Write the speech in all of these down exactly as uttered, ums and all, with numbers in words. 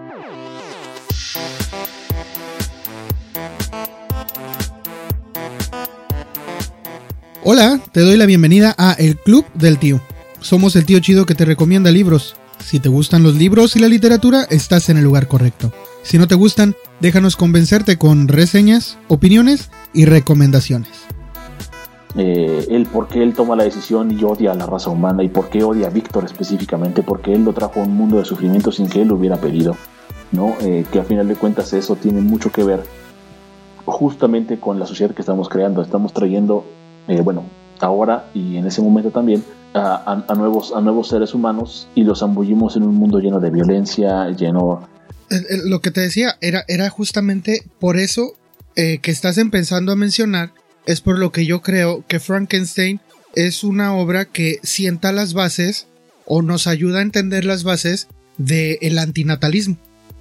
Hola, te doy la bienvenida a El Club del Tío. Somos el tío chido que te recomienda libros. Si te gustan los libros y la literatura, estás en el lugar correcto. Si no te gustan, déjanos convencerte con reseñas, opiniones y recomendaciones. Eh, el por qué él toma la decisión y odia a la raza humana, y por qué odia a Víctor específicamente, porque él lo trajo a un mundo de sufrimiento sin que él lo hubiera pedido, ¿no? Eh, que a final de cuentas eso tiene mucho que ver justamente con la sociedad que estamos creando. Estamos trayendo, eh, bueno, ahora y en ese momento también, a, a, a, nuevos, a nuevos seres humanos, y los zambullimos en un mundo lleno de violencia, lleno... Lo que te decía era, era justamente por eso eh, que estás empezando a mencionar. Es por lo que yo creo que Frankenstein es una obra que sienta las bases o nos ayuda a entender las bases del antinatalismo.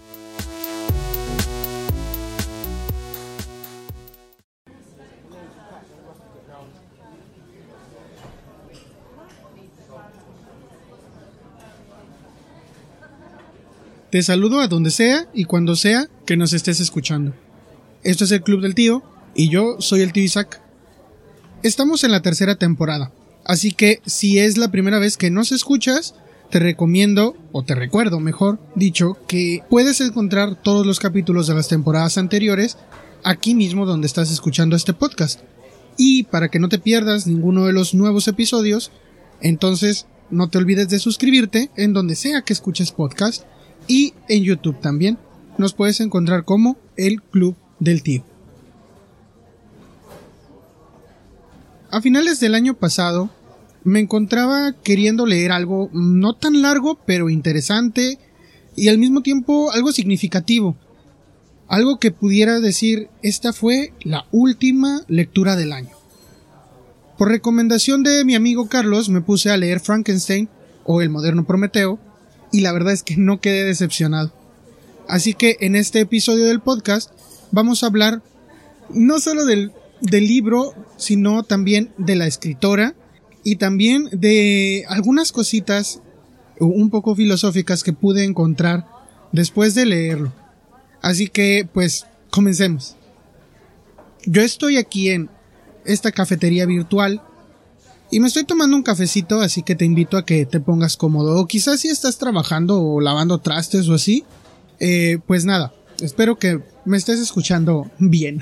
Te saludo a donde sea y cuando sea que nos estés escuchando. Esto es el Club del Tío y yo soy el tío Isaac. Estamos en la tercera temporada, así que si es la primera vez que nos escuchas, te recomiendo, o te recuerdo mejor dicho, que puedes encontrar todos los capítulos de las temporadas anteriores aquí mismo donde estás escuchando este podcast. Y para que no te pierdas ninguno de los nuevos episodios, entonces no te olvides de suscribirte en donde sea que escuches podcast. Y en YouTube también nos puedes encontrar como El Club del Tío. A finales del año pasado me encontraba queriendo leer algo no tan largo pero interesante y al mismo tiempo algo significativo. Algo que pudiera decir, esta fue la última lectura del año. Por recomendación de mi amigo Carlos me puse a leer Frankenstein o El Moderno Prometeo. Y la verdad es que no quedé decepcionado. Así que en este episodio del podcast vamos a hablar no solo del, del libro, sino también de la escritora y también de algunas cositas un poco filosóficas que pude encontrar después de leerlo. Así que pues comencemos. Yo estoy aquí en esta cafetería virtual y me estoy tomando un cafecito, así que te invito a que te pongas cómodo. O quizás si estás trabajando o lavando trastes o así. Eh, pues nada, espero que me estés escuchando bien.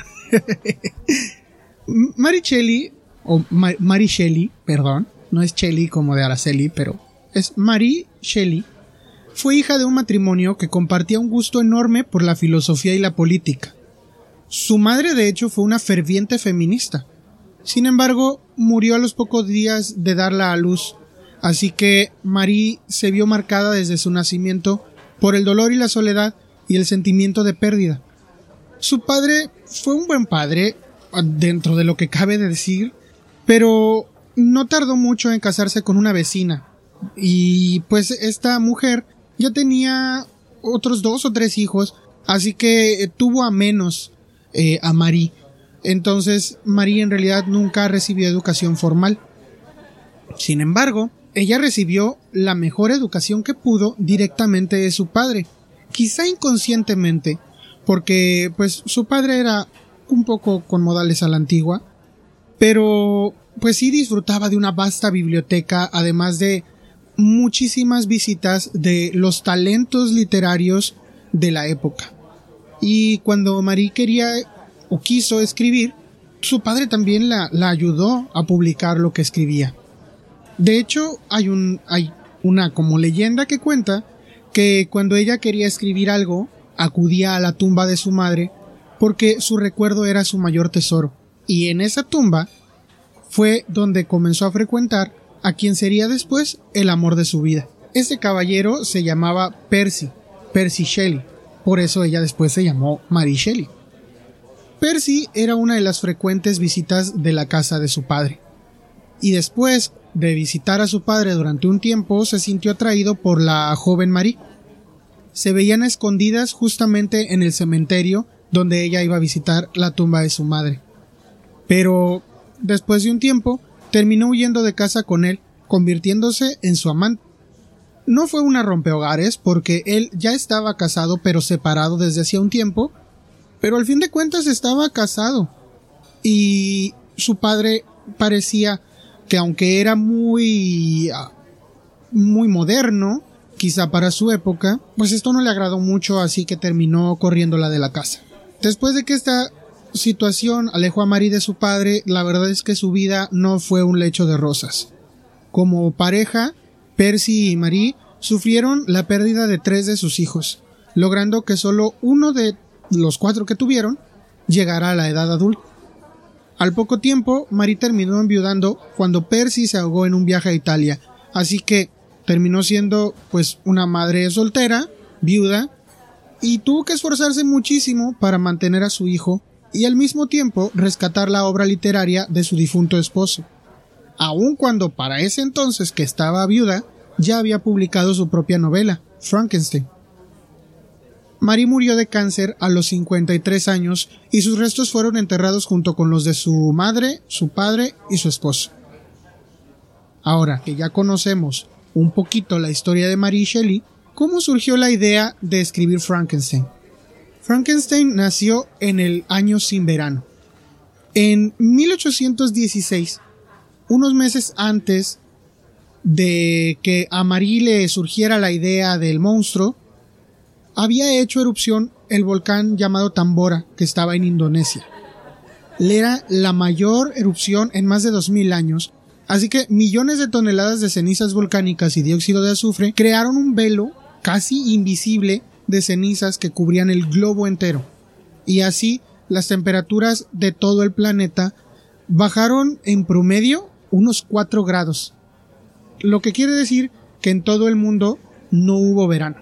Mary Shelley, o Ma- Mary Shelley, perdón. No es Shelley como de Araceli, pero es Mary Shelley. Fue hija de un matrimonio que compartía un gusto enorme por la filosofía y la política. Su madre, de hecho, fue una ferviente feminista. Sin embargo, murió a los pocos días de darla a luz, así que Marie se vio marcada desde su nacimiento por el dolor y la soledad y el sentimiento de pérdida. Su padre fue un buen padre, dentro de lo que cabe de decir, pero no tardó mucho en casarse con una vecina, y pues esta mujer ya tenía otros dos o tres hijos, así que tuvo a menos eh, a Marie. Entonces, Marie en realidad nunca recibió educación formal. Sin embargo, ella recibió la mejor educación que pudo directamente de su padre. Quizá inconscientemente, porque pues su padre era un poco con modales a la antigua, pero pues sí disfrutaba de una vasta biblioteca, además de muchísimas visitas de los talentos literarios de la época. Y cuando Marie quería o quiso escribir, su padre también la, la ayudó a publicar lo que escribía. De hecho, hay un hay una como leyenda que cuenta que cuando ella quería escribir algo, acudía a la tumba de su madre porque su recuerdo era su mayor tesoro. Y en esa tumba fue donde comenzó a frecuentar a quien sería después el amor de su vida. Este caballero se llamaba Percy, Percy Shelley. Por eso ella después se llamó Mary Shelley. Percy era una de las frecuentes visitas de la casa de su padre, y después de visitar a su padre durante un tiempo se sintió atraído por la joven Marie. Se veían escondidas justamente en el cementerio donde ella iba a visitar la tumba de su madre. Pero después de un tiempo terminó huyendo de casa con él, convirtiéndose en su amante. no fue una rompehogares porque él ya estaba casado pero separado desde hacía un tiempo, pero al fin de cuentas estaba casado y su padre parecía que aunque era muy muy moderno, quizá para su época, pues esto no le agradó mucho, así que terminó corriéndola de la casa. Después de que esta situación alejó a Marie de su padre, la verdad es que su vida no fue un lecho de rosas. Como pareja, Percy y Marie sufrieron la pérdida de tres de sus hijos, logrando que solo uno de los cuatro que tuvieron llegara a la edad adulta. Al poco tiempo, Marie terminó enviudando cuando Percy se ahogó en un viaje a Italia, así que terminó siendo pues una madre soltera, viuda, y tuvo que esforzarse muchísimo para mantener a su hijo y al mismo tiempo rescatar la obra literaria de su difunto esposo, aun cuando para ese entonces que estaba viuda ya había publicado su propia novela, Frankenstein. Marie murió de cáncer a los cincuenta y tres años y sus restos fueron enterrados junto con los de su madre, su padre y su esposo. Ahora que ya conocemos un poquito la historia de Mary Shelley, ¿cómo surgió la idea de escribir Frankenstein? Frankenstein nació en el año sin verano. En mil ochocientos dieciséis, unos meses antes de que a Marie le surgiera la idea del monstruo, había hecho erupción el volcán llamado Tambora, que estaba en Indonesia. Era la mayor erupción en más de dos mil años, así que millones de toneladas de cenizas volcánicas y dióxido de azufre crearon un velo casi invisible de cenizas que cubrían el globo entero. Y así las temperaturas de todo el planeta bajaron en promedio unos cuatro grados. Lo que quiere decir que en todo el mundo no hubo verano.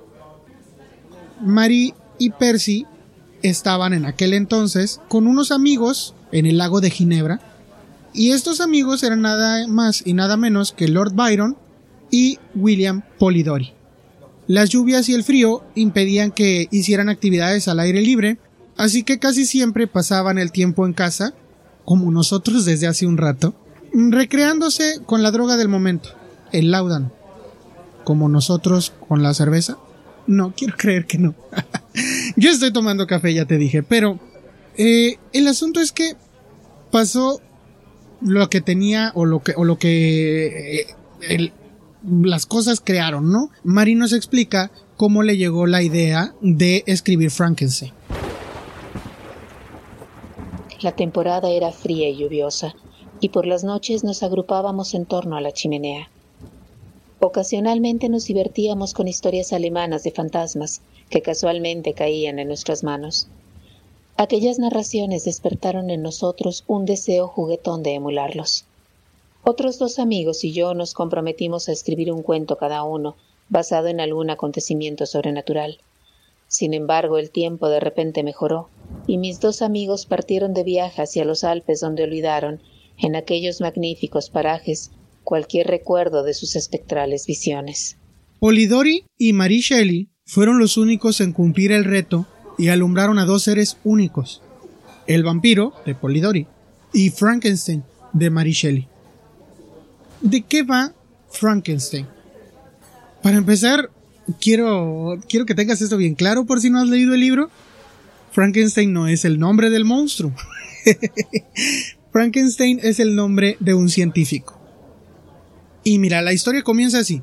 Marie y Percy estaban en aquel entonces con unos amigos en el lago de Ginebra, y estos amigos eran nada más y nada menos que Lord Byron y William Polidori. Las lluvias y el frío impedían que hicieran actividades al aire libre, así que casi siempre pasaban el tiempo en casa, como nosotros desde hace un rato, recreándose con la droga del momento, el láudano. Como nosotros con la cerveza. No, quiero creer que no. Yo estoy tomando café, ya te dije, pero eh, el asunto es que pasó lo que tenía o lo que o lo que eh, el, las cosas crearon, ¿no? Marie nos explica cómo le llegó la idea de escribir Frankenstein. La temporada era fría y lluviosa, y por las noches nos agrupábamos en torno a la chimenea. Ocasionalmente nos divertíamos con historias alemanas de fantasmas que casualmente caían en nuestras manos. Aquellas narraciones despertaron en nosotros un deseo juguetón de emularlos. Otros dos amigos y yo nos comprometimos a escribir un cuento cada uno, basado en algún acontecimiento sobrenatural. Sin embargo, el tiempo de repente mejoró, y mis dos amigos partieron de viaje hacia los Alpes, donde olvidaron, en aquellos magníficos parajes, cualquier recuerdo de sus espectrales visiones. Polidori y Mary Shelley fueron los únicos en cumplir el reto y alumbraron a dos seres únicos: el vampiro, de Polidori, y Frankenstein, de Mary Shelley. ¿De qué va Frankenstein? Para empezar, quiero, quiero que tengas esto bien claro por si no has leído el libro. Frankenstein no es el nombre del monstruo. Frankenstein es el nombre de un científico. Y mira, la historia comienza así.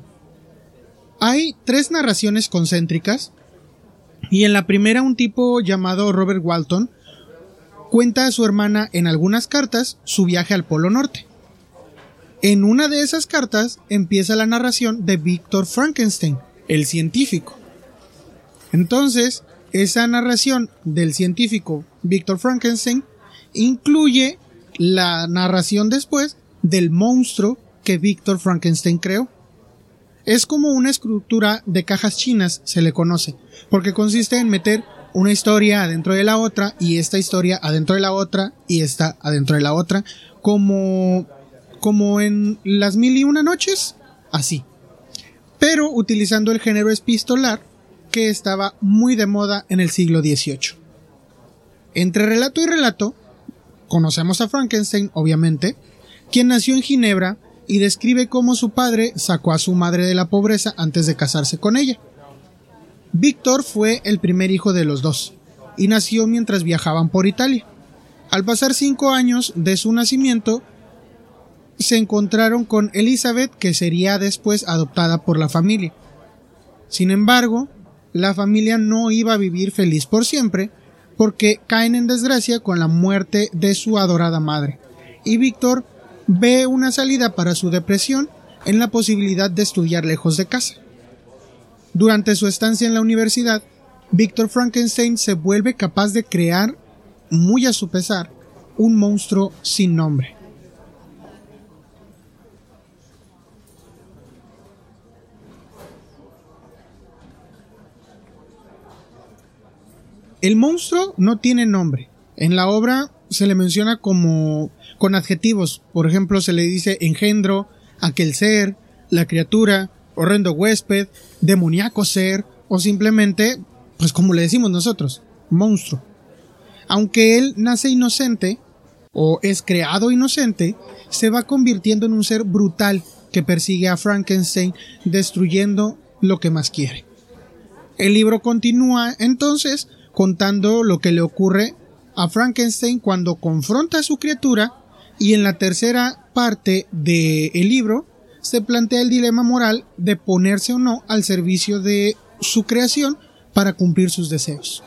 Hay tres narraciones concéntricas, y en la primera un tipo llamado Robert Walton cuenta a su hermana en algunas cartas su viaje al Polo Norte. En una de esas cartas empieza la narración de Victor Frankenstein, el científico. Entonces, esa narración del científico Victor Frankenstein incluye la narración después del monstruo que Victor Frankenstein creó. Es como una estructura de cajas chinas, se le conoce, porque consiste en meter una historia adentro de la otra, y esta historia adentro de la otra, y esta adentro de la otra, como, como en Las Mil y Una Noches, así. Pero utilizando el género epistolar, que estaba muy de moda en el siglo dieciocho. Entre relato y relato, conocemos a Frankenstein, obviamente, quien nació en Ginebra y describe cómo su padre sacó a su madre de la pobreza antes de casarse con ella. Víctor fue el primer hijo de los dos y nació mientras viajaban por Italia. Al pasar cinco años de su nacimiento, se encontraron con Elizabeth, que sería después adoptada por la familia. Sin embargo, la familia no iba a vivir feliz por siempre, porque caen en desgracia con la muerte de su adorada madre, y Víctor ve una salida para su depresión en la posibilidad de estudiar lejos de casa. Durante su estancia en la universidad, Víctor Frankenstein se vuelve capaz de crear, muy a su pesar, un monstruo sin nombre. El monstruo no tiene nombre. En la obra se le menciona como con adjetivos. Por ejemplo, se le dice engendro, aquel ser, la criatura, horrendo huésped, demoníaco ser, o simplemente, pues como le decimos nosotros, monstruo. Aunque él nace inocente, o es creado inocente, se va convirtiendo en un ser brutal que persigue a Frankenstein, destruyendo lo que más quiere. El libro continúa entonces contando lo que le ocurre a Frankenstein cuando confronta a su criatura, y en la tercera parte del libro se plantea el dilema moral de ponerse o no al servicio de su creación para cumplir sus deseos.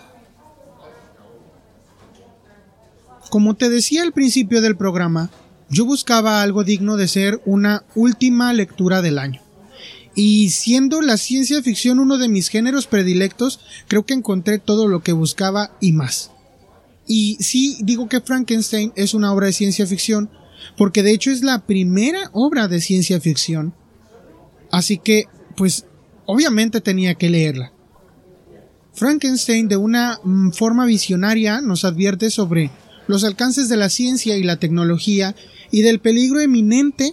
Como te decía al principio del programa, yo buscaba algo digno de ser una última lectura del año. Y siendo la ciencia ficción uno de mis géneros predilectos, creo que encontré todo lo que buscaba y más. Y sí digo que Frankenstein es una obra de ciencia ficción, porque de hecho es la primera obra de ciencia ficción. Así que, pues, obviamente tenía que leerla. Frankenstein, de una mm, forma visionaria, nos advierte sobre los alcances de la ciencia y la tecnología y del peligro eminente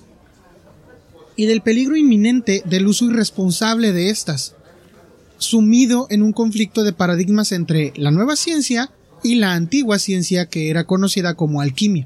y del peligro inminente del uso irresponsable de estas, sumido en un conflicto de paradigmas entre la nueva ciencia y la antigua ciencia que era conocida como alquimia.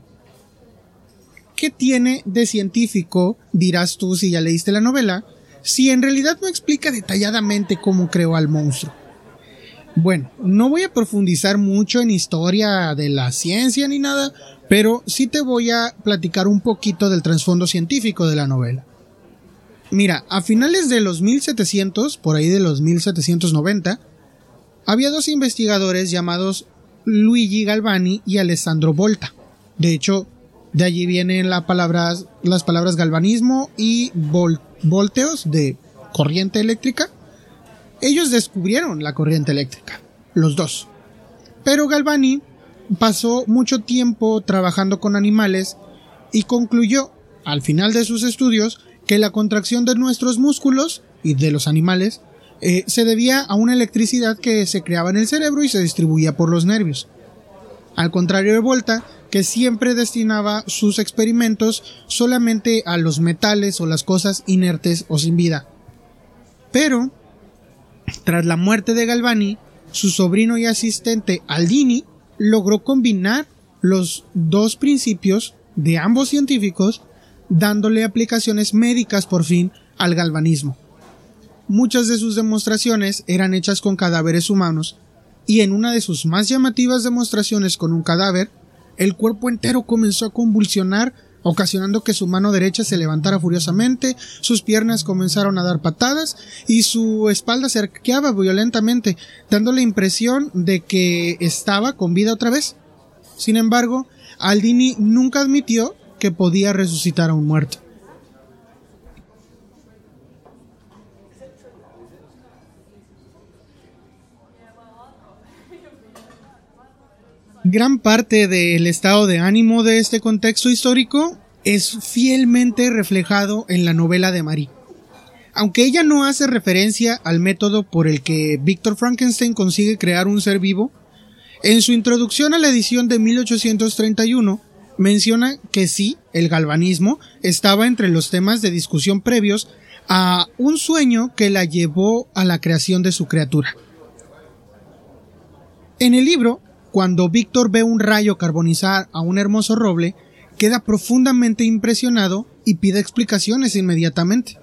¿Qué tiene de científico, dirás tú si ya leíste la novela, si en realidad no explica detalladamente cómo creó al monstruo? Bueno, no voy a profundizar mucho en historia de la ciencia ni nada, pero sí te voy a platicar un poquito del trasfondo científico de la novela. Mira, a finales de los mil setecientos, por ahí de los mil setecientos noventa, había dos investigadores llamados Luigi Galvani y Alessandro Volta. De hecho, de allí vienen la palabra, las palabras galvanismo y vol, volteos de corriente eléctrica. Ellos descubrieron la corriente eléctrica, los dos. Pero Galvani pasó mucho tiempo trabajando con animales y concluyó, al final de sus estudios, que la contracción de nuestros músculos y de los animales eh, se debía a una electricidad que se creaba en el cerebro y se distribuía por los nervios. Al contrario de Volta, que siempre destinaba sus experimentos solamente a los metales o las cosas inertes o sin vida. Pero, tras la muerte de Galvani, su sobrino y asistente Aldini logró combinar los dos principios de ambos científicos, dándole aplicaciones médicas por fin al galvanismo. Muchas de sus demostraciones eran hechas con cadáveres humanos, y en una de sus más llamativas demostraciones con un cadáver, el cuerpo entero comenzó a convulsionar, ocasionando que su mano derecha se levantara furiosamente, sus piernas comenzaron a dar patadas y su espalda se arqueaba violentamente, dando la impresión de que estaba con vida otra vez. Sin embargo, Aldini nunca admitió que podía resucitar a un muerto. Gran parte del estado de ánimo de este contexto histórico es fielmente reflejado en la novela de Marie. Aunque ella no hace referencia al método por el que Víctor Frankenstein consigue crear un ser vivo, en su introducción a la edición de mil ochocientos treinta y uno menciona que sí, el galvanismo estaba entre los temas de discusión previos a un sueño que la llevó a la creación de su criatura. En el libro, cuando Víctor ve un rayo carbonizar a un hermoso roble, queda profundamente impresionado y pide explicaciones inmediatamente.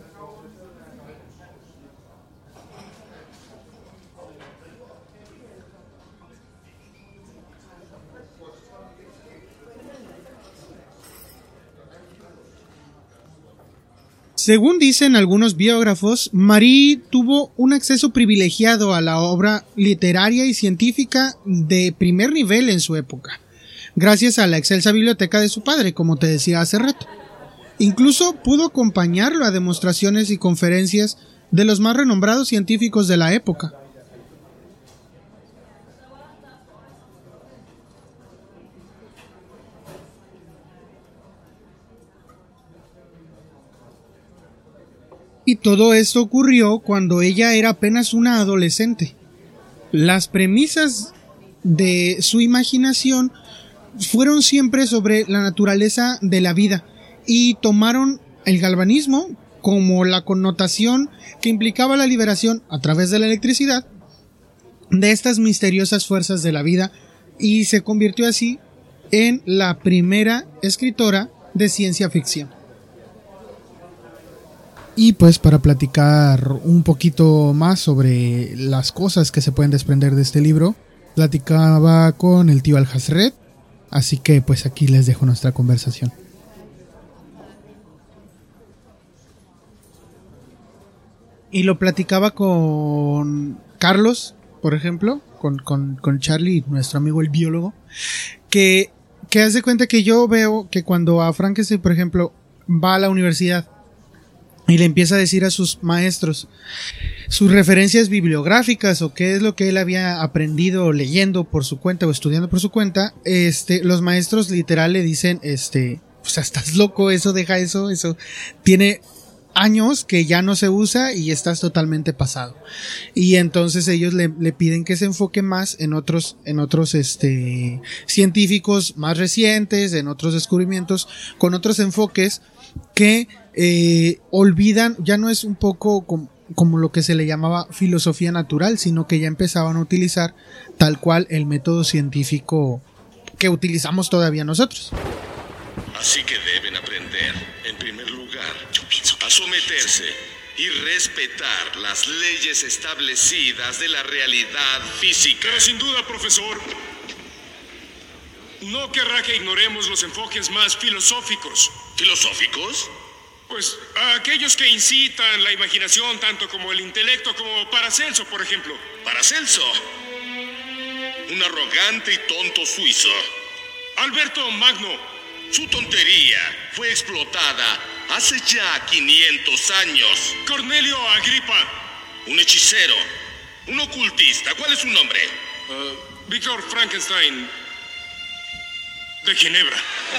Según dicen algunos biógrafos, Marie tuvo un acceso privilegiado a la obra literaria y científica de primer nivel en su época, gracias a la excelsa biblioteca de su padre, como te decía hace rato. Incluso pudo acompañarlo a demostraciones y conferencias de los más renombrados científicos de la época. Y todo esto ocurrió cuando ella era apenas una adolescente. Las premisas de su imaginación fueron siempre sobre la naturaleza de la vida y tomaron el galvanismo como la connotación que implicaba la liberación a través de la electricidad de estas misteriosas fuerzas de la vida, y se convirtió así en la primera escritora de ciencia ficción. Y pues para platicar un poquito más sobre las cosas que se pueden desprender de este libro, platicaba con el tío Alhazred, así que pues aquí les dejo nuestra conversación. Y lo platicaba con Carlos, por ejemplo, con, con, con Charlie, nuestro amigo el biólogo, que, que hace cuenta que yo veo que cuando a Frankenstein, por ejemplo, va a la universidad y le empieza a decir a sus maestros sus referencias bibliográficas o qué es lo que él había aprendido leyendo por su cuenta o estudiando por su cuenta, este, los maestros literal le dicen, este, o sea, estás loco, eso, deja eso, eso tiene años que ya no se usa y estás totalmente pasado. Y entonces ellos le, le piden que se enfoque más en otros, en otros, este, científicos más recientes, en otros descubrimientos, con otros enfoques que eh, olvidan, ya no es un poco como, como lo que se le llamaba filosofía natural, sino que ya empezaban a utilizar tal cual el método científico que utilizamos todavía nosotros. Así que deben aprender, en primer lugar, a someterse y respetar las leyes establecidas de la realidad física. Pero sin duda, profesor, no querrá que ignoremos los enfoques más filosóficos. ¿Filosóficos? Pues aquellos que incitan la imaginación tanto como el intelecto, como Paracelso, por ejemplo. ¿Paracelso? Un arrogante y tonto suizo. Alberto Magno. Su tontería fue explotada hace ya quinientos años. Cornelio Agripa. Un hechicero. Un ocultista. ¿Cuál es su nombre? Uh, Víctor Frankenstein. De Ginebra.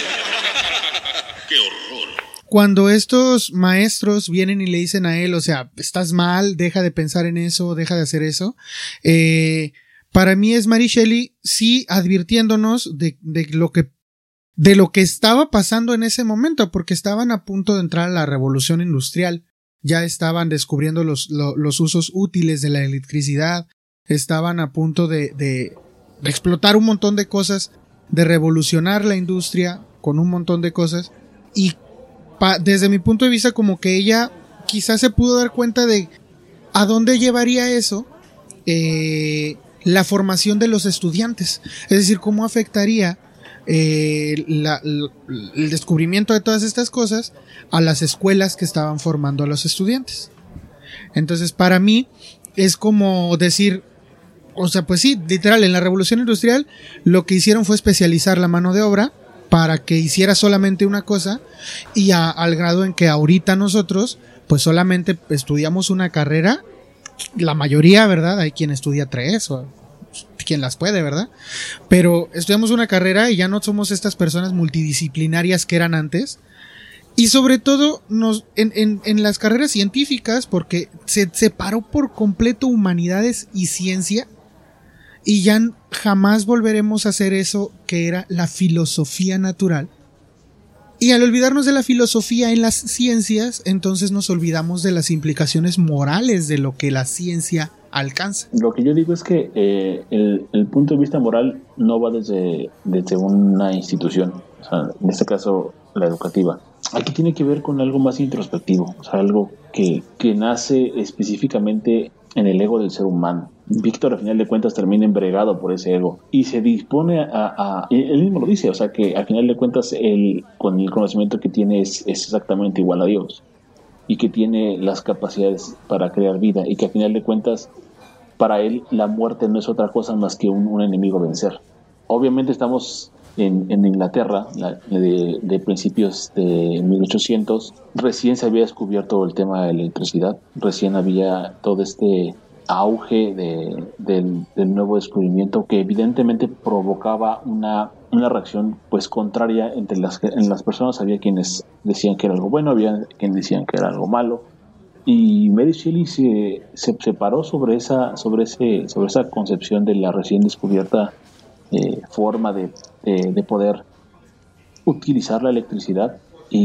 ¡Qué horror! Cuando estos maestros vienen y le dicen a él, o sea, estás mal, deja de pensar en eso, deja de hacer eso, eh, para mí es Mary Shelley sí advirtiéndonos de, de lo que de lo que estaba pasando en ese momento, porque estaban a punto de entrar a la revolución industrial, ya estaban descubriendo los, lo, los usos útiles de la electricidad, estaban a punto de, de, de explotar un montón de cosas, de revolucionar la industria con un montón de cosas, y pa, desde mi punto de vista como que ella quizás se pudo dar cuenta de a dónde llevaría eso eh, la formación de los estudiantes, es decir, cómo afectaría Eh, la, la, el descubrimiento de todas estas cosas a las escuelas que estaban formando a los estudiantes. Entonces para mí es como decir, o sea, pues sí, literal, en la revolución industrial lo que hicieron fue especializar la mano de obra para que hiciera solamente una cosa, y a, al grado en que ahorita nosotros pues solamente estudiamos una carrera, la mayoría, ¿verdad? Hay quien estudia tres o quien las puede, ¿verdad? Pero estudiamos una carrera y ya no somos estas personas multidisciplinarias que eran antes. Y sobre todo nos, en, en, en las carreras científicas, porque se separó por completo humanidades y ciencia, y ya jamás volveremos a hacer eso que era la filosofía natural. Y al olvidarnos de la filosofía en las ciencias, entonces nos olvidamos de las implicaciones morales de lo que la ciencia alcanza. Lo que yo digo es que eh, el, el punto de vista moral no va desde, desde una institución, o sea, en este caso la educativa, aquí tiene que ver con algo más introspectivo, o sea, algo que, que nace específicamente en el ego del ser humano. Víctor, a final de cuentas, termina embregado por ese ego y se dispone a, a, él mismo lo dice, o sea, que a final de cuentas él, con el conocimiento que tiene, es, es exactamente igual a Dios y que tiene las capacidades para crear vida y que a final de cuentas, para él, la muerte no es otra cosa más que un, un enemigo a vencer. Obviamente estamos en, en Inglaterra, la, de, de principios de mil ochocientos, recién se había descubierto el tema de la electricidad, recién había todo este auge de, del, del nuevo descubrimiento que evidentemente provocaba una, una reacción pues contraria entre las, en las personas. Había quienes decían que era algo bueno, había quienes decían que era algo malo, y Mary Shelley se, se separó sobre esa, sobre, ese, sobre esa concepción de la recién descubierta eh, forma de, de, de poder utilizar la electricidad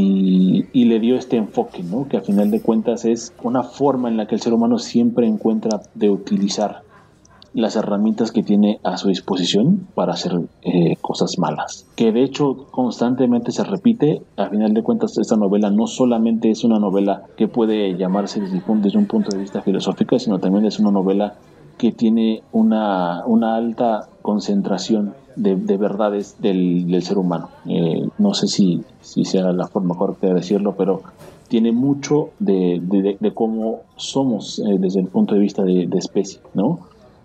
y, y le dio este enfoque, ¿no? Que a final de cuentas es una forma en la que el ser humano siempre encuentra de utilizar las herramientas que tiene a su disposición para hacer eh, cosas malas, que de hecho constantemente se repite. A final de cuentas, esta novela no solamente es una novela que puede llamarse desde, desde un punto de vista filosófico, sino también es una novela que tiene una, una alta concentración de, de verdades del, del ser humano. Eh, no sé si, si sea la forma correcta de decirlo, pero tiene mucho de, de, de cómo somos eh, desde el punto de vista de, de especie, ¿no?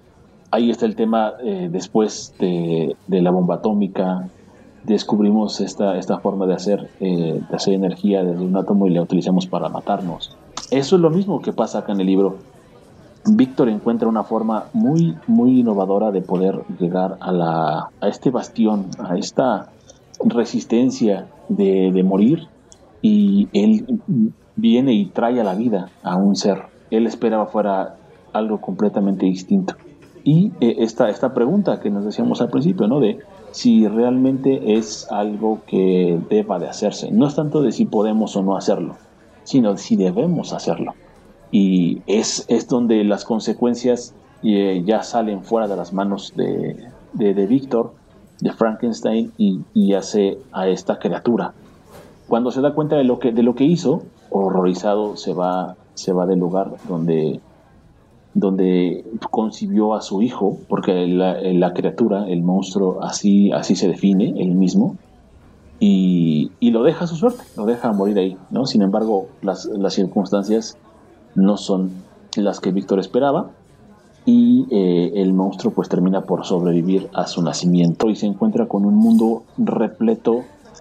Ahí está el tema, eh, después de, de la bomba atómica, descubrimos esta, esta forma de hacer, eh, de hacer energía desde un átomo y la utilizamos para matarnos. Eso es lo mismo que pasa acá en el libro. Víctor encuentra una forma muy, muy innovadora de poder llegar a, la, a este bastión, a esta resistencia de, de morir, y él viene y trae a la vida a un ser. Él esperaba fuera algo completamente distinto. Y eh, esta, esta pregunta que nos decíamos al principio, ¿no? De si realmente es algo que deba de hacerse. No es tanto de si podemos o no hacerlo, sino de si debemos hacerlo. Y es, es donde las consecuencias eh, ya salen fuera de las manos de, de, de Víctor, de Frankenstein, y, y hace a esta criatura. Cuando se da cuenta de lo que, de lo que hizo, horrorizado se va, se va del lugar donde... donde concibió a su hijo, porque la, la criatura, el monstruo, así, así se define él mismo, y, y lo deja a su suerte, lo deja morir ahí, ¿no? Sin embargo, las, las circunstancias no son las que Víctor esperaba, y eh, el monstruo pues termina por sobrevivir a su nacimiento y se encuentra con un mundo repleto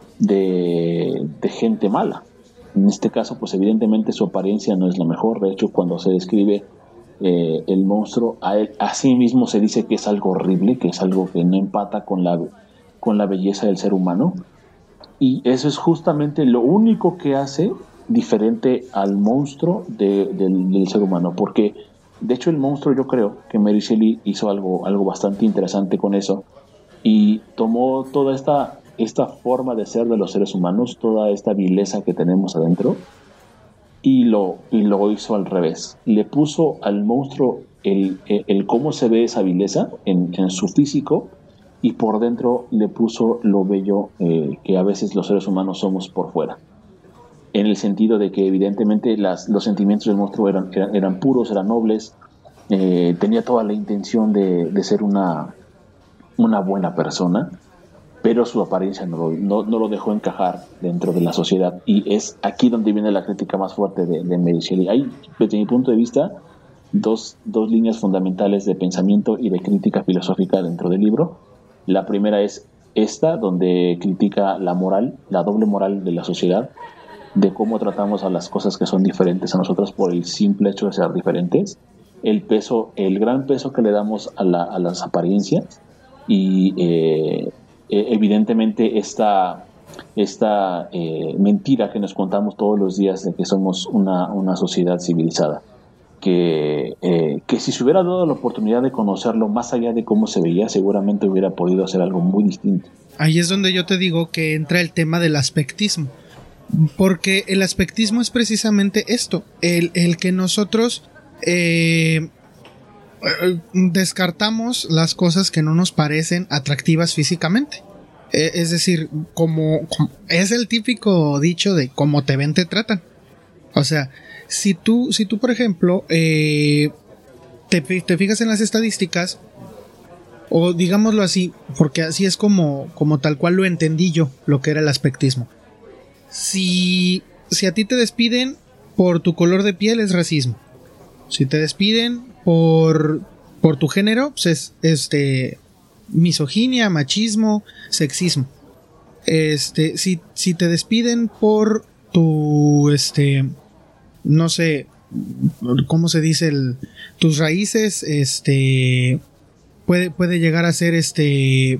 de, de gente mala. En este caso, pues evidentemente su apariencia no es la mejor. De hecho, cuando se describe Eh, el monstruo, a, él, a sí mismo se dice que es algo horrible, que es algo que no empata con la, con la belleza del ser humano, y eso es justamente lo único que hace diferente al monstruo de, del, del ser humano, porque de hecho el monstruo, yo creo que Mary Shelley hizo algo, algo bastante interesante con eso, y tomó toda esta, esta forma de ser de los seres humanos, toda esta vileza que tenemos adentro, Y lo, y lo hizo al revés. Le puso al monstruo el, el, el cómo se ve esa vileza en, en su físico, y por dentro le puso lo bello eh, que a veces los seres humanos somos por fuera. En el sentido de que evidentemente las, los sentimientos del monstruo eran, eran, eran puros, eran nobles, eh, tenía toda la intención de, de ser una, una buena persona, pero su apariencia no lo, no, no lo dejó encajar dentro de la sociedad, y es aquí donde viene la crítica más fuerte de, de Mary Shelley. Hay, desde mi punto de vista, dos, dos líneas fundamentales de pensamiento y de crítica filosófica dentro del libro. La primera es esta, donde critica la moral, la doble moral de la sociedad, de cómo tratamos a las cosas que son diferentes a nosotros por el simple hecho de ser diferentes, el peso, el gran peso que le damos a, la, a las apariencias, y eh, evidentemente esta, esta eh, mentira que nos contamos todos los días de que somos una, una sociedad civilizada, que, eh, que si se hubiera dado la oportunidad de conocerlo más allá de cómo se veía, seguramente hubiera podido hacer algo muy distinto. Ahí es donde yo te digo que entra el tema del aspectismo, porque el aspectismo es precisamente esto, el, el que nosotros eh, descartamos las cosas que no nos parecen atractivas físicamente. Es decir, como, como es el típico dicho de como te ven te tratan. O sea, si tú, si tú por ejemplo, eh, te, te fijas en las estadísticas, o digámoslo así, porque así es como, como tal cual lo entendí yo, lo que era el aspectismo. Si, si a ti te despiden por tu color de piel, es racismo. Si te despiden por, por tu género, pues es este... misoginia, machismo, sexismo. Este, si, si te despiden por tu, este, no sé, ¿cómo se dice? El, tus raíces, este, puede, puede llegar a ser, este,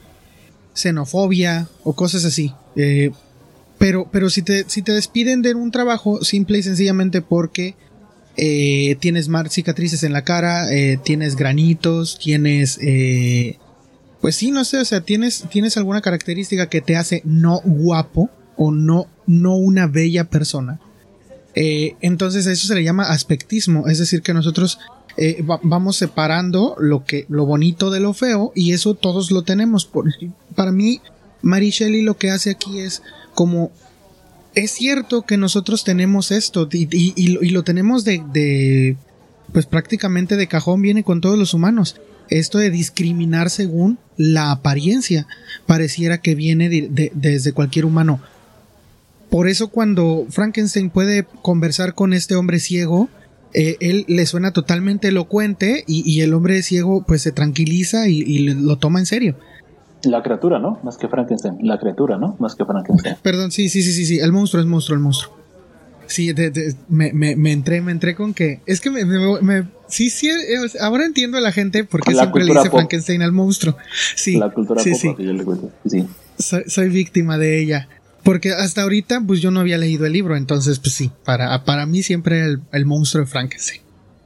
xenofobia o cosas así. Eh, pero, pero si te, si te despiden de un trabajo, simple y sencillamente porque eh, tienes más cicatrices en la cara, eh, tienes granitos, tienes, eh, pues sí, no sé, o sea, tienes, tienes alguna característica que te hace no guapo o no, no una bella persona. Eh, entonces a eso se le llama aspectismo, es decir, que nosotros eh, va, vamos separando lo que, lo bonito de lo feo, y eso todos lo tenemos. Por, para mí, Mary Shelley lo que hace aquí es como, es cierto que nosotros tenemos esto, y, y, y, y lo tenemos de, de, pues prácticamente de cajón, viene con todos los humanos. Esto de discriminar según la apariencia pareciera que viene de, de, desde cualquier humano. Por eso cuando Frankenstein puede conversar con este hombre ciego, eh, él le suena totalmente elocuente, y, y el hombre ciego pues se tranquiliza y, y lo toma en serio. La criatura, ¿no? Más que Frankenstein. La criatura, ¿no? Más que Frankenstein. Perdón, sí, sí, sí, sí, sí. El monstruo es monstruo, el monstruo. Sí, de, de, me, me, me entré, me entré con que... Es que me... me, me sí, sí, ahora entiendo a la gente por qué la siempre le dice pop. Frankenstein al monstruo. Sí, la cultura sí, pop, sí. Que yo le cuento. Sí. Soy, soy víctima de ella. Porque hasta ahorita, pues yo no había leído el libro, entonces, pues sí, para, para mí siempre era el, el monstruo de Frankenstein.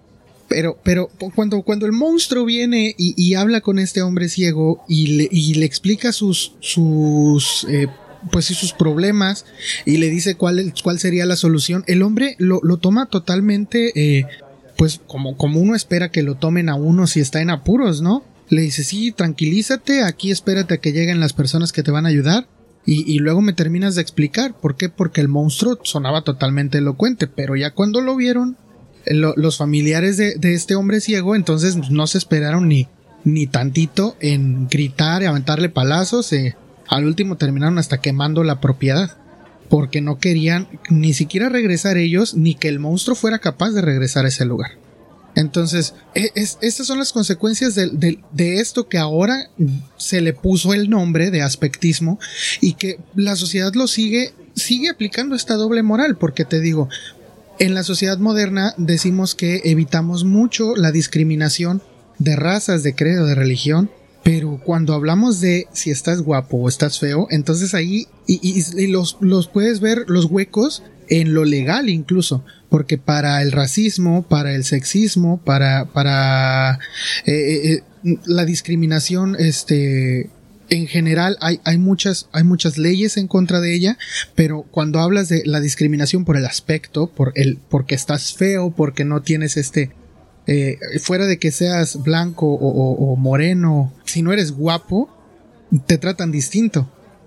Pero, pero cuando, cuando el monstruo viene y, y habla con este hombre ciego y le, y le explica sus, sus, eh, pues sí, sus problemas, y le dice cuál, cuál sería la solución, el hombre lo, lo toma totalmente, eh, pues como, como uno espera que lo tomen a uno si está en apuros, ¿no? Le dice, sí, tranquilízate, aquí espérate a que lleguen las personas que te van a ayudar. Y, y luego me terminas de explicar. ¿Por qué? Porque el monstruo sonaba totalmente elocuente, pero ya cuando lo vieron lo, los familiares de, de este hombre ciego, entonces no se esperaron ni, ni tantito en gritar y aventarle palazos. Eh, al último terminaron hasta quemando la propiedad, porque no querían ni siquiera regresar ellos, ni que el monstruo fuera capaz de regresar a ese lugar. Entonces, es, estas son las consecuencias de, de, de esto que ahora se le puso el nombre de aspectismo, y que la sociedad lo sigue, sigue aplicando esta doble moral, porque te digo, en la sociedad moderna decimos que evitamos mucho la discriminación de razas, de credo, de religión, pero cuando hablamos de si estás guapo o estás feo, entonces ahí y, y, y los, los puedes ver los huecos en lo legal incluso, porque para el racismo, para el sexismo, para, para eh, eh, la discriminación, este, en general hay, hay muchas, hay muchas leyes en contra de ella, pero cuando hablas de la discriminación por el aspecto, por el, porque estás feo, porque no tienes este, eh, fuera de que seas blanco o, o, o moreno, si no eres guapo, te tratan distinto.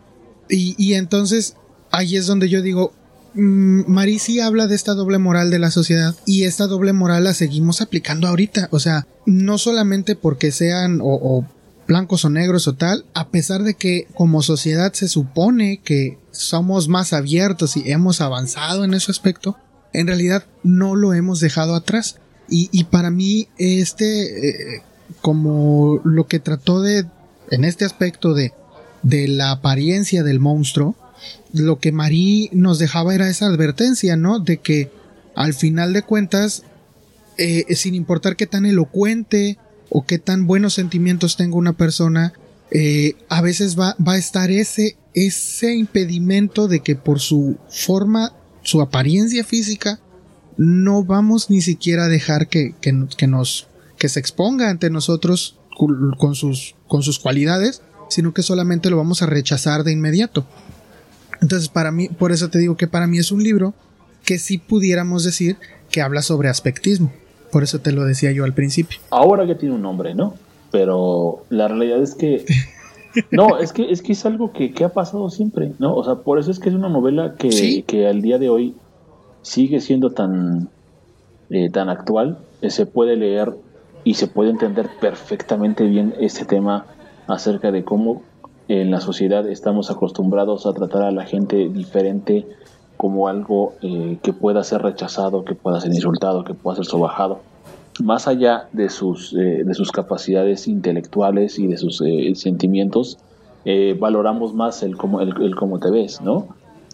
Y, y entonces ahí es donde yo digo, Mary sí habla de esta doble moral de la sociedad, y esta doble moral la seguimos aplicando ahorita. O sea, no solamente porque sean o, o blancos o negros o tal, a pesar de que como sociedad se supone que somos más abiertos y hemos avanzado en ese aspecto, en realidad no lo hemos dejado atrás. Y, y para mí este, eh, como lo que trató de, en este aspecto de, de la apariencia del monstruo, lo que Mary nos dejaba era esa advertencia, ¿no? De que al final de cuentas, eh, sin importar qué tan elocuente o qué tan buenos sentimientos tenga una persona, eh, a veces va, va a estar ese, ese impedimento de que por su forma, su apariencia física, no vamos ni siquiera a dejar que, que, que nos, que se exponga ante nosotros con sus, con sus cualidades, sino que solamente lo vamos a rechazar de inmediato. Entonces, para mí, por eso te digo que para mí es un libro que sí pudiéramos decir que habla sobre aspectismo. Por eso te lo decía yo al principio. Ahora ya tiene un nombre, ¿no? Pero la realidad es que No, es que es que es algo que, que ha pasado siempre, ¿no? O sea, por eso es que es una novela que, ¿sí? que al día de hoy sigue siendo tan, eh, tan actual, eh, se puede leer y se puede entender perfectamente bien este tema acerca de cómo en la sociedad estamos acostumbrados a tratar a la gente diferente como algo eh, que pueda ser rechazado, que pueda ser insultado, que pueda ser sobajado. Más allá de sus, eh, de sus capacidades intelectuales y de sus eh, sentimientos, eh, valoramos más el cómo, el, el cómo te ves, ¿no?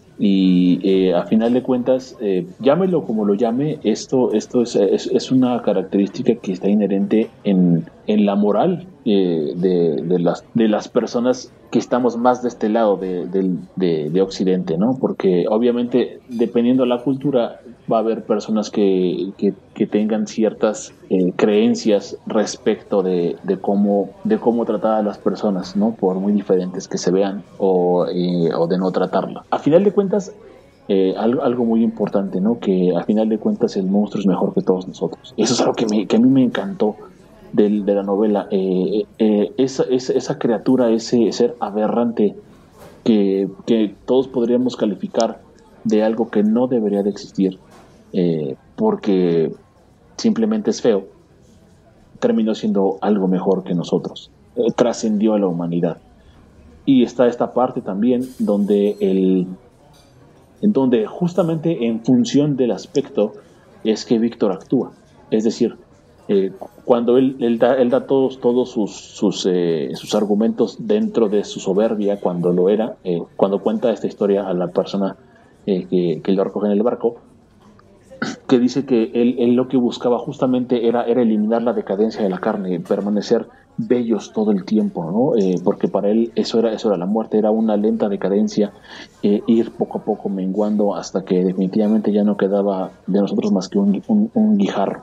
Y eh, a final de cuentas, eh, llámelo como lo llame, esto, esto es, es, es una característica que está inherente en, en la moral eh, de, de, las, de las personas que estamos más de este lado de, de, de, de Occidente, ¿no? Porque obviamente, dependiendo de la cultura, va a haber personas que, que, que tengan ciertas eh, creencias respecto de, de, cómo, de cómo tratar a las personas, ¿no? Por muy diferentes que se vean o, eh, o de no tratarla. A final de cuentas, eh, algo, algo muy importante, ¿no? Que a final de cuentas el monstruo es mejor que todos nosotros. Eso es algo que, me, que a mí me encantó de, de la novela. Eh, eh, esa, esa, esa criatura, ese ser aberrante que, que todos podríamos calificar de algo que no debería de existir, eh, porque simplemente es feo, terminó siendo algo mejor que nosotros, eh, trascendió a la humanidad. Y está esta parte también donde el, en donde justamente en función del aspecto es que Víctor actúa, es decir, eh, cuando él, él da, él da todos, todos sus, sus, eh, sus argumentos dentro de su soberbia, cuando lo era, eh, cuando cuenta esta historia a la persona eh, que, que lo recoge en el barco, que dice que él, él lo que buscaba justamente era, era eliminar la decadencia de la carne, permanecer bellos todo el tiempo, ¿no? Eh, porque para él eso era, eso era la muerte, era una lenta decadencia, eh, ir poco a poco menguando hasta que definitivamente ya no quedaba de nosotros más que un, un, un guijarro.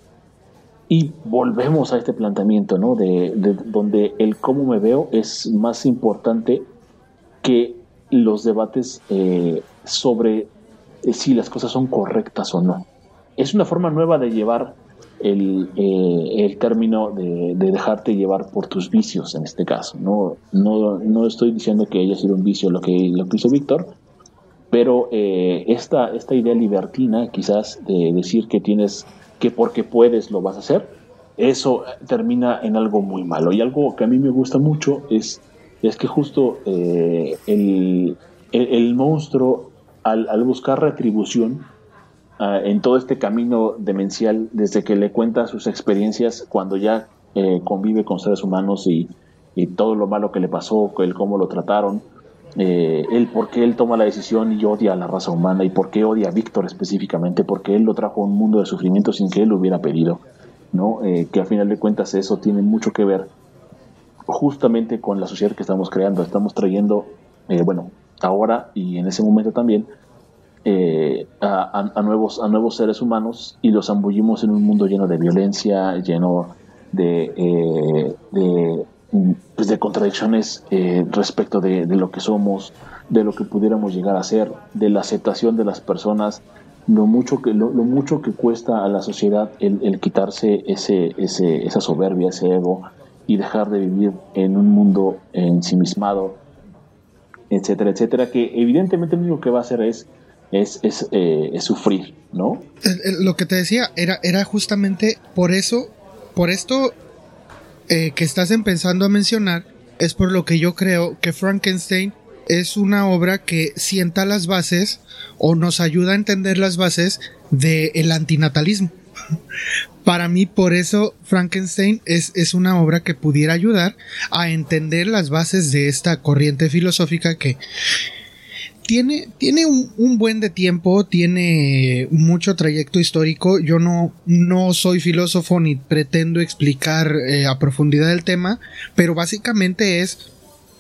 Y volvemos a este planteamiento, ¿no? De, de donde el cómo me veo es más importante que los debates eh, sobre eh, si las cosas son correctas o no. Es una forma nueva de llevar el, eh, el término de, de dejarte llevar por tus vicios, en este caso. No, no, no estoy diciendo que haya sido un vicio lo que, lo que hizo Víctor, pero eh, esta, esta idea libertina, quizás, de decir que tienes, que porque puedes lo vas a hacer, eso termina en algo muy malo. Y algo que a mí me gusta mucho es, es que justo eh, el, el, el monstruo, al, al buscar retribución, Uh, en todo este camino demencial, desde que le cuenta sus experiencias cuando ya eh, convive con seres humanos y, y todo lo malo que le pasó, el cómo lo trataron, eh, el por qué él toma la decisión y odia a la raza humana, y por qué odia a Víctor específicamente, porque él lo trajo a un mundo de sufrimiento sin que él lo hubiera pedido, ¿no? Eh, que a final de cuentas eso tiene mucho que ver justamente con la sociedad que estamos creando. Estamos trayendo, eh, bueno, ahora y en ese momento también, Eh, a, a, nuevos, a nuevos seres humanos, y los zambullimos en un mundo lleno de violencia, lleno de, eh, de, pues de contradicciones eh, respecto de, de lo que somos, de lo que pudiéramos llegar a ser, de la aceptación de las personas, lo mucho que, lo, lo mucho que cuesta a la sociedad el, el quitarse ese, ese, esa soberbia, ese ego, y dejar de vivir en un mundo ensimismado, etcétera, etcétera, que evidentemente lo único que va a hacer es Es, es, eh, es sufrir, ¿no? Lo que te decía era, era justamente por eso, por esto eh, que estás empezando a mencionar, es por lo que yo creo que Frankenstein es una obra que sienta las bases o nos ayuda a entender las bases del antinatalismo. Para mí, por eso Frankenstein es, es una obra que pudiera ayudar a entender las bases de esta corriente filosófica que Tiene, tiene un, un buen de tiempo, tiene mucho trayecto histórico. Yo no, no soy filósofo ni pretendo explicar eh, a profundidad el tema, pero básicamente es: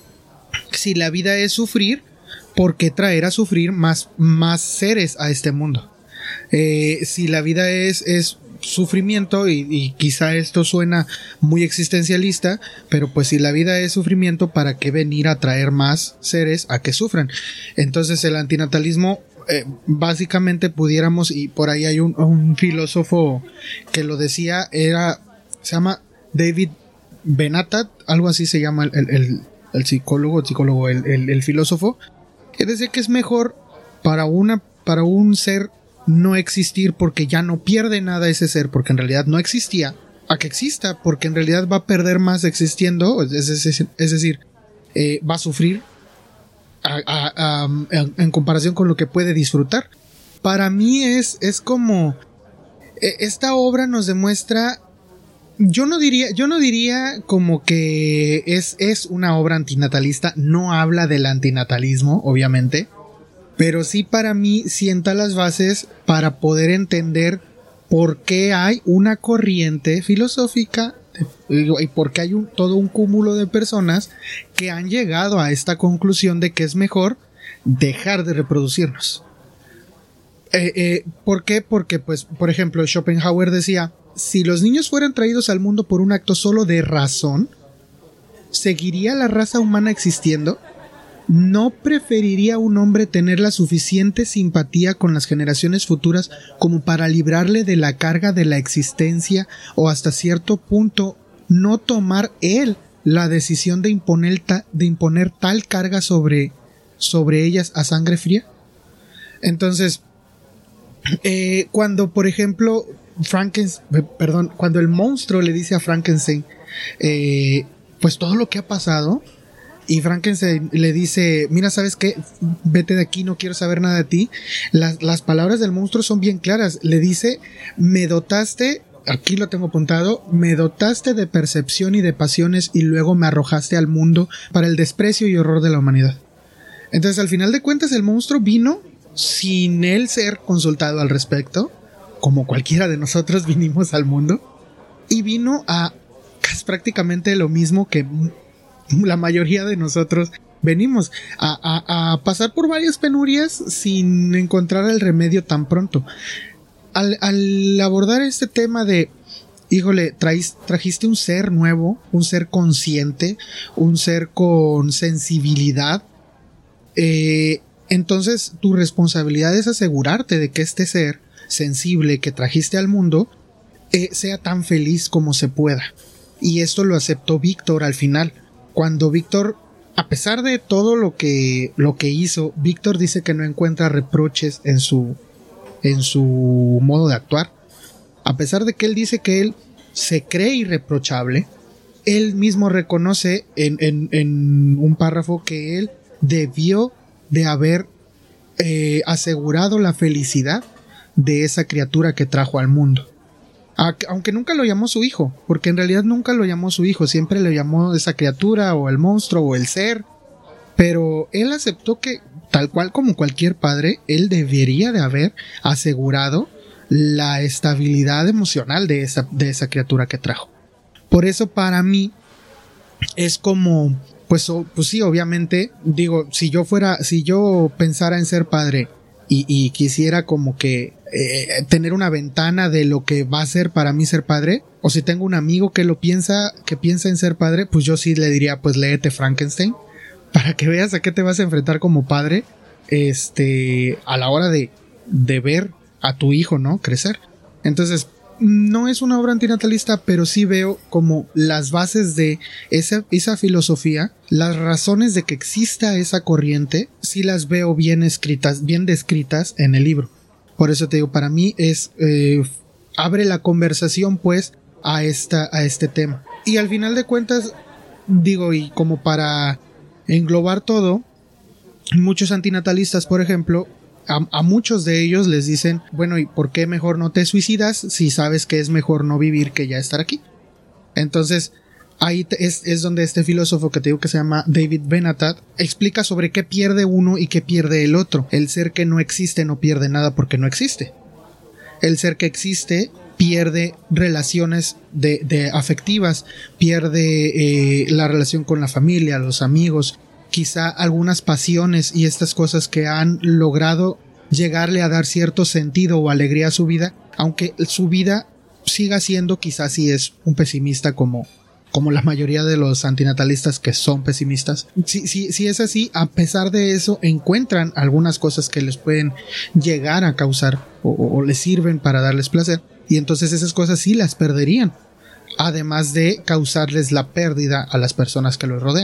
si la vida es sufrir, ¿por qué traer a sufrir más, más seres a este mundo? Eh, si la vida es, es sufrimiento, y, y quizá esto suena muy existencialista, pero pues si la vida es sufrimiento, ¿para qué venir a traer más seres a que sufran? Entonces el antinatalismo, eh, básicamente pudiéramos, y por ahí hay un, un filósofo que lo decía, era, se llama David Benatar, algo así se llama el, el, el psicólogo, el psicólogo, el, el, el filósofo, que decía que es mejor para una, para un ser no existir porque ya no pierde nada ese ser, porque en realidad no existía, a que exista, porque en realidad va a perder más existiendo, es, es, es, es decir, eh, va a sufrir a, a, a, en, en comparación con lo que puede disfrutar. Para mí es, es como esta obra nos demuestra, yo no diría, yo no diría como que es, es una obra antinatalista, no habla del antinatalismo, obviamente, pero sí para mí sienta las bases para poder entender por qué hay una corriente filosófica y por qué hay un, todo un cúmulo de personas que han llegado a esta conclusión de que es mejor dejar de reproducirnos. Eh, eh, ¿Por qué? Porque, pues, por ejemplo, Schopenhauer decía, si los niños fueran traídos al mundo por un acto solo de razón, ¿seguiría la raza humana existiendo? ¿No preferiría un hombre tener la suficiente simpatía con las generaciones futuras como para librarle de la carga de la existencia o hasta cierto punto no tomar él la decisión de imponer, ta- de imponer tal carga sobre, sobre ellas a sangre fría? Entonces, Eh, cuando por ejemplo Frankenstein, perdón, cuando el monstruo le dice a Frankenstein eh, pues todo lo que ha pasado, y Frankenstein le dice, mira, ¿sabes qué? Vete de aquí, no quiero saber nada de ti. Las, las palabras del monstruo son bien claras. Le dice, me dotaste, aquí lo tengo apuntado, me dotaste de percepción y de pasiones y luego me arrojaste al mundo para el desprecio y horror de la humanidad. Entonces, al final de cuentas, el monstruo vino sin él ser consultado al respecto, como cualquiera de nosotros vinimos al mundo, y vino a casi prácticamente lo mismo que la mayoría de nosotros venimos, a, a, a pasar por varias penurias sin encontrar el remedio tan pronto. Al, al abordar este tema de, híjole, traís, trajiste un ser nuevo, un ser consciente, un ser con sensibilidad, eh, entonces tu responsabilidad es asegurarte de que este ser sensible que trajiste al mundo eh, sea tan feliz como se pueda. Y esto lo aceptó Víctor al final. Cuando Víctor, a pesar de todo lo que, lo que hizo, Víctor dice que no encuentra reproches en su, en su modo de actuar. A pesar de que él dice que él se cree irreprochable, él mismo reconoce en, en, en un párrafo que él debió de haber eh, asegurado la felicidad de esa criatura que trajo al mundo. A, aunque nunca lo llamó su hijo, porque en realidad nunca lo llamó su hijo, siempre le llamó esa criatura o el monstruo o el ser, pero él aceptó que, tal cual como cualquier padre, él debería de haber asegurado la estabilidad emocional de esa, de esa criatura que trajo. Por eso para mí es como... Pues, pues sí, obviamente, digo, si yo fuera, si yo pensara en ser padre y, y quisiera como que eh, tener una ventana de lo que va a ser para mí ser padre, o si tengo un amigo que lo piensa, que piensa en ser padre, pues yo sí le diría, pues léete Frankenstein, para que veas a qué te vas a enfrentar como padre, este, a la hora de, de ver a tu hijo, ¿no? Crecer. Entonces, no es una obra antinatalista, pero sí veo como las bases de esa, esa filosofía, las razones de que exista esa corriente, sí las veo bien escritas, bien descritas en el libro. Por eso te digo, para mí es eh, abre la conversación pues a esta, a este tema. Y al final de cuentas, digo, y como para englobar todo, muchos antinatalistas, por ejemplo, A, a muchos de ellos les dicen, bueno, ¿y por qué mejor no te suicidas si sabes que es mejor no vivir que ya estar aquí? Entonces, ahí te, es, es donde este filósofo que te digo que se llama David Benatar explica sobre qué pierde uno y qué pierde el otro. El ser que no existe no pierde nada porque no existe. El ser que existe pierde relaciones de, de afectivas, pierde eh, la relación con la familia, los amigos, quizá algunas pasiones y estas cosas que han logrado llegarle a dar cierto sentido o alegría a su vida, aunque su vida siga siendo, quizás si es un pesimista como, como la mayoría de los antinatalistas que son pesimistas. Si, si, si es así, a pesar de eso, encuentran algunas cosas que les pueden llegar a causar o, o les sirven para darles placer, y entonces esas cosas sí las perderían, además de causarles la pérdida a las personas que los rodean.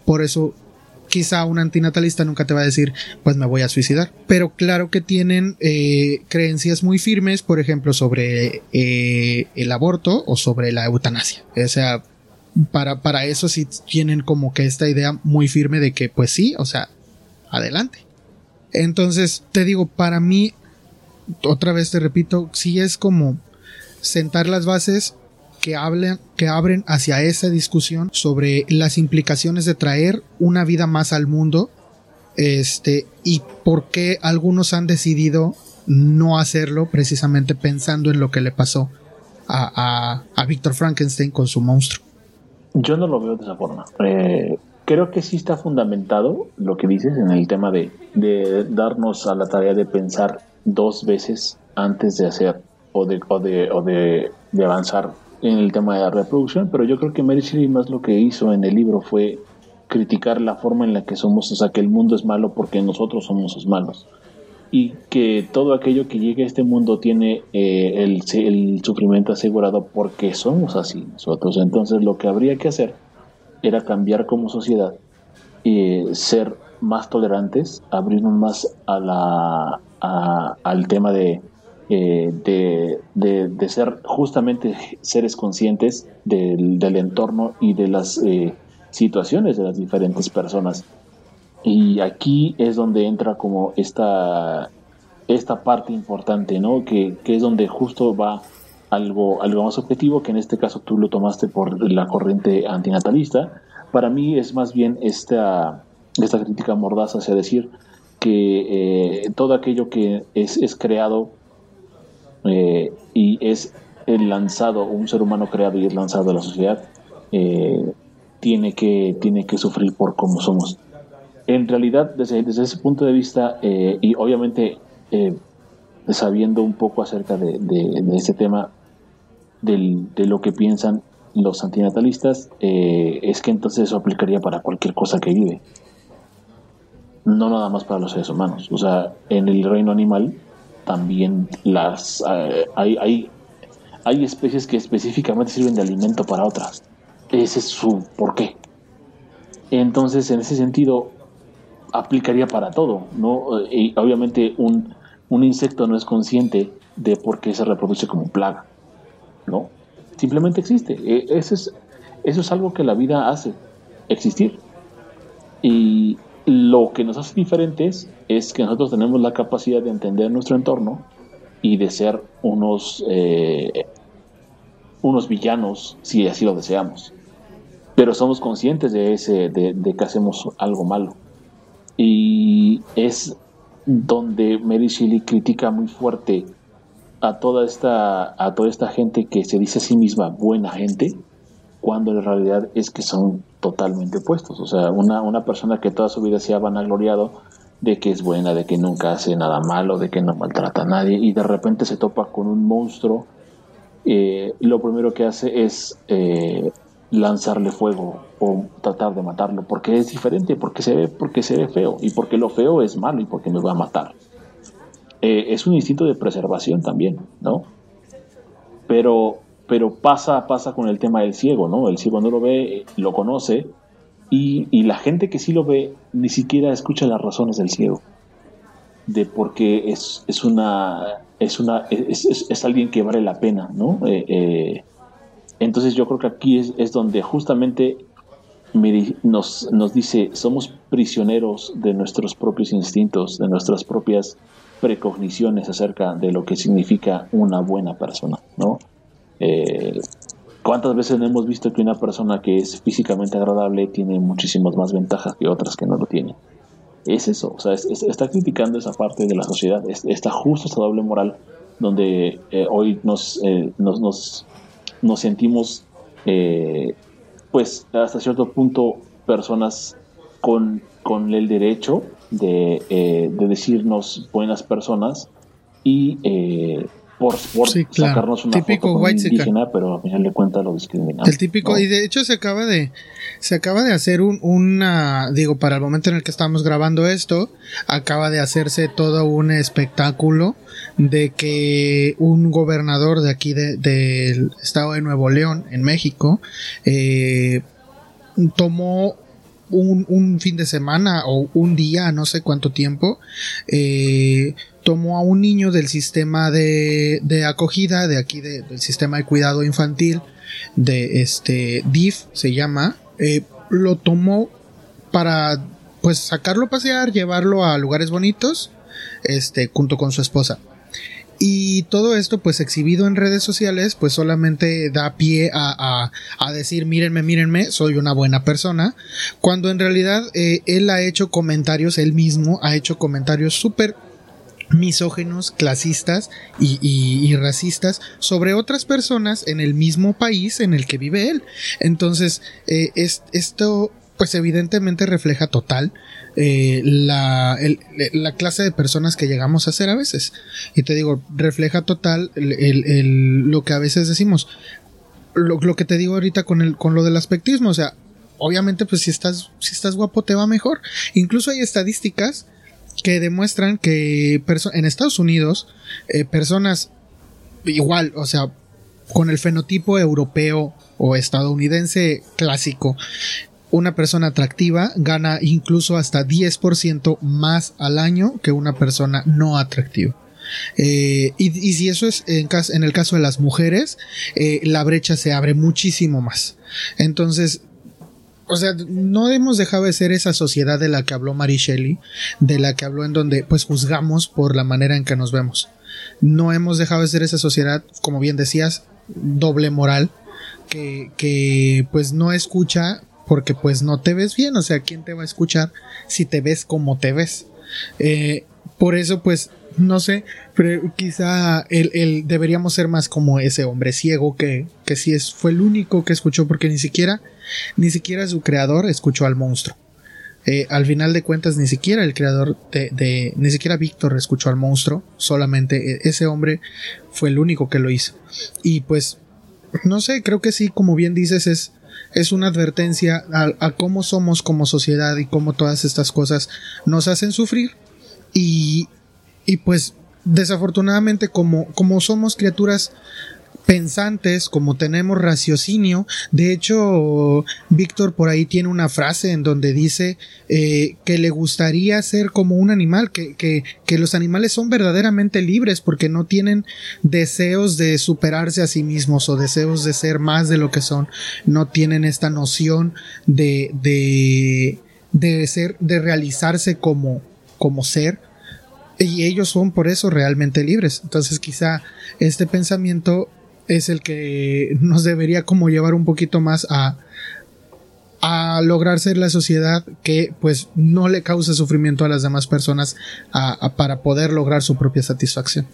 por eso quizá un antinatalista nunca te va a decir, pues me voy a suicidar. Pero claro que tienen eh, creencias muy firmes, por ejemplo, sobre eh, el aborto o sobre la eutanasia. O sea, para, para eso sí tienen como que esta idea muy firme de que, pues sí, o sea, adelante. Entonces, te digo, para mí, otra vez te repito, sí es como sentar las bases que hablen, que abren hacia esa discusión sobre las implicaciones de traer una vida más al mundo, este, y por qué algunos han decidido no hacerlo, precisamente pensando en lo que le pasó a, a, a Víctor Frankenstein con su monstruo. Yo no lo veo de esa forma. Eh, creo que sí está fundamentado lo que dices en el tema de, de darnos a la tarea de pensar dos veces antes de hacer o de, o de, o de, de avanzar en el tema de la reproducción, pero yo creo que Mary Shelley más lo que hizo en el libro fue criticar la forma en la que somos, o sea, que el mundo es malo porque nosotros somos los malos, y que todo aquello que llegue a este mundo tiene eh, el, el sufrimiento asegurado porque somos así nosotros. Entonces lo que habría que hacer era cambiar como sociedad, eh, ser más tolerantes, abrirnos más a la, a, al tema de Eh, de, de, de ser justamente seres conscientes del, del entorno y de las eh, situaciones de las diferentes personas. Y aquí es donde entra como esta, esta parte importante, ¿no? Que, que es donde justo va algo, algo más objetivo, que en este caso tú lo tomaste por la corriente antinatalista. Para mí es más bien esta, esta crítica mordaz hacia decir que eh, todo aquello que es, es creado Eh, y es el lanzado, un ser humano creado y es lanzado a la sociedad, eh, tiene que tiene que sufrir por cómo somos. En realidad, desde, desde ese punto de vista, eh, y obviamente eh, sabiendo un poco acerca de, de, de este tema, del, de lo que piensan los antinatalistas, eh, es que entonces eso aplicaría para cualquier cosa que vive, no nada más para los seres humanos. O sea, en el reino animal también las eh, hay, hay hay especies que específicamente sirven de alimento para otras. Ese es su porqué. Entonces, en ese sentido, aplicaría para todo, ¿no? Y obviamente un, un insecto no es consciente de por qué se reproduce como plaga, ¿no? Simplemente existe. Eso es, eso es algo que la vida hace, existir. Y lo que nos hace diferentes es que nosotros tenemos la capacidad de entender nuestro entorno y de ser unos eh, unos villanos si así lo deseamos, pero somos conscientes de ese de, de que hacemos algo malo, y es donde Mary Shelley critica muy fuerte a toda esta a toda esta gente que se dice a sí misma buena gente, cuando en realidad es que son totalmente opuestos. O sea, una, una persona que toda su vida se ha vanagloriado de que es buena, de que nunca hace nada malo, de que no maltrata a nadie, y de repente se topa con un monstruo, eh, lo primero que hace es eh, lanzarle fuego o tratar de matarlo, porque es diferente, porque se ve, porque se ve feo, y porque lo feo es malo y porque me va a matar. Eh, es un instinto de preservación también, ¿no? Pero pero pasa pasa con el tema del ciego, ¿no? El ciego no lo ve, lo conoce, y, y la gente que sí lo ve ni siquiera escucha las razones del ciego, de por qué es, es una es una es, es, es alguien que vale la pena, ¿no? Eh, eh, entonces yo creo que aquí es, es donde justamente me, nos, nos dice, somos prisioneros de nuestros propios instintos, de nuestras propias precogniciones acerca de lo que significa una buena persona, ¿no? Eh, ¿Cuántas veces no hemos visto que una persona que es físicamente agradable tiene muchísimas más ventajas que otras que no lo tienen? Es eso, o sea, es, es, está criticando esa parte de la sociedad, es, está justo esa doble moral donde eh, hoy nos, eh, nos, nos, nos sentimos, eh, pues, hasta cierto punto, personas con, con el derecho de, eh, de decirnos buenas personas y eh, por, por sí, claro, sacarnos una típico foto con un indígena, chica. Pero al final de cuentas lo discriminamos. El típico, ¿no? Y de hecho se acaba de se acaba de hacer un, una, digo, para el momento en el que estamos grabando esto, acaba de hacerse todo un espectáculo de que un gobernador de aquí de, del estado de Nuevo León, en México, eh, tomó un, un fin de semana o un día, no sé cuánto tiempo, eh, tomó a un niño del sistema de, de acogida, de aquí de, del sistema de cuidado infantil, de este D I F se llama, eh, lo tomó para pues sacarlo a pasear, llevarlo a lugares bonitos, este, junto con su esposa. Y todo esto pues exhibido en redes sociales pues solamente da pie a, a, a decir mírenme, mírenme, soy una buena persona, cuando en realidad eh, él ha hecho comentarios, él mismo ha hecho comentarios súper misóginos, clasistas y, y, y racistas sobre otras personas en el mismo país en el que vive él. Entonces eh, es, esto pues evidentemente refleja total eh, la, el, la clase de personas que llegamos a ser a veces. Y te digo, refleja total el, el, el, lo que a veces decimos. Lo, lo que te digo ahorita con, el, con lo del aspectismo, o sea, obviamente pues si estás, si estás guapo te va mejor. Incluso hay estadísticas que demuestran que perso- en Estados Unidos eh, personas igual, o sea, con el fenotipo europeo o estadounidense clásico, una persona atractiva gana incluso hasta diez por ciento más al año que una persona no atractiva. Eh, y, y si eso es en, caso, en el caso de las mujeres, eh, la brecha se abre muchísimo más. Entonces, o sea, no hemos dejado de ser esa sociedad de la que habló Mary Shelley, de la que habló en donde pues juzgamos por la manera en que nos vemos. No hemos dejado de ser esa sociedad, como bien decías, doble moral, que, que pues no escucha porque pues no te ves bien. O sea, ¿quién te va a escuchar si te ves como te ves? Eh, por eso pues no sé, pero quizá el, el deberíamos ser más como ese hombre ciego que, que sí es, fue el único que escuchó, porque ni siquiera ni siquiera su creador escuchó al monstruo. Eh, al final de cuentas ni siquiera el creador de, de ni siquiera Víctor escuchó al monstruo, solamente ese hombre fue el único que lo hizo. Y pues no sé, creo que sí, como bien dices, es es una advertencia a, a cómo somos como sociedad y cómo todas estas cosas nos hacen sufrir. Y, y pues desafortunadamente como, como somos criaturas pensantes, como tenemos raciocinio, de hecho Víctor por ahí tiene una frase en donde dice eh, que le gustaría ser como un animal, que, que, que los animales son verdaderamente libres porque no tienen deseos de superarse a sí mismos o deseos de ser más de lo que son, no tienen esta noción de, de, de ser, de realizarse como, como ser. Y ellos son por eso realmente libres. Entonces quizá este pensamiento es el que nos debería como llevar un poquito más a, a lograr ser la sociedad que pues no le cause sufrimiento a las demás personas a, a, para poder lograr su propia satisfacción.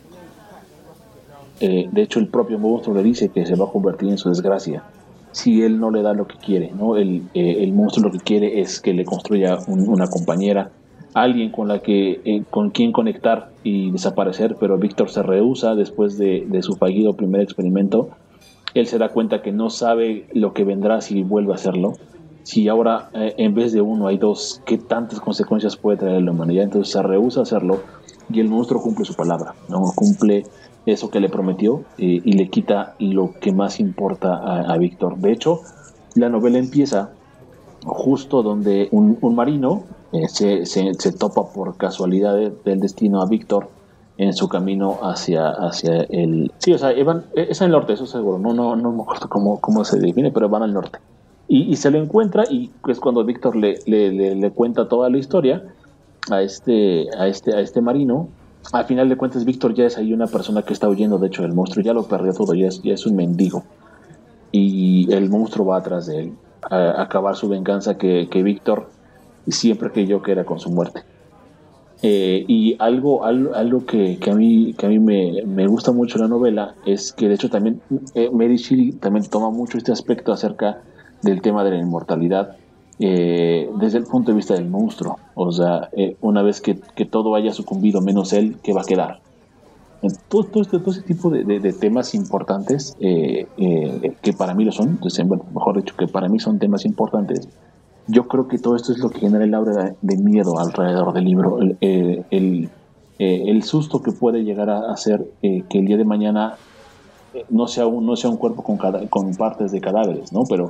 Eh, de hecho el propio monstruo le dice que se va a convertir en su desgracia si él no le da lo que quiere, ¿no? El, eh, el monstruo lo que quiere es que le construya un, una compañera, alguien con la que eh, con quien conectar y desaparecer, pero Víctor se rehúsa después de, de su fallido primer experimento. Él se da cuenta que no sabe lo que vendrá si vuelve a hacerlo. Si ahora eh, en vez de uno hay dos, ¿qué tantas consecuencias puede traer a la humanidad? Entonces se rehúsa a hacerlo y el monstruo cumple su palabra, ¿no? Cumple eso que le prometió eh, y le quita lo que más importa a, a Víctor. De hecho, la novela empieza justo donde un, un marino eh, se, se, se topa por casualidad de, del destino a Víctor en su camino hacia, hacia el... Sí, o sea, van, es en el norte, eso seguro, no, no, no me acuerdo cómo, cómo se define, pero van al norte. Y, y se lo encuentra y es cuando Víctor le, le, le, le cuenta toda la historia a este, a este, a este marino. Al final de cuentas, Víctor ya es ahí una persona que está huyendo, de hecho, del monstruo, ya lo perdió todo, ya es, ya es un mendigo. Y el monstruo va atrás de él a acabar su venganza que, que Víctor siempre creyó que era con su muerte. Eh, y algo, algo, algo que, que a mí, que a mí me, me gusta mucho la novela es que de hecho también eh, Mary Shelley también toma mucho este aspecto acerca del tema de la inmortalidad eh, desde el punto de vista del monstruo. O sea, eh, una vez que, que todo haya sucumbido menos él, ¿qué va a quedar? Todo, todo, este, todo ese tipo de, de, de temas importantes eh, eh, que para mí lo son, entonces, bueno, mejor dicho, que para mí son temas importantes. Yo creo que todo esto es lo que genera el aura de miedo alrededor del libro, el, el, el, el susto que puede llegar a hacer eh, que el día de mañana no sea un, no sea un cuerpo con, cada, con partes de cadáveres, ¿no? Pero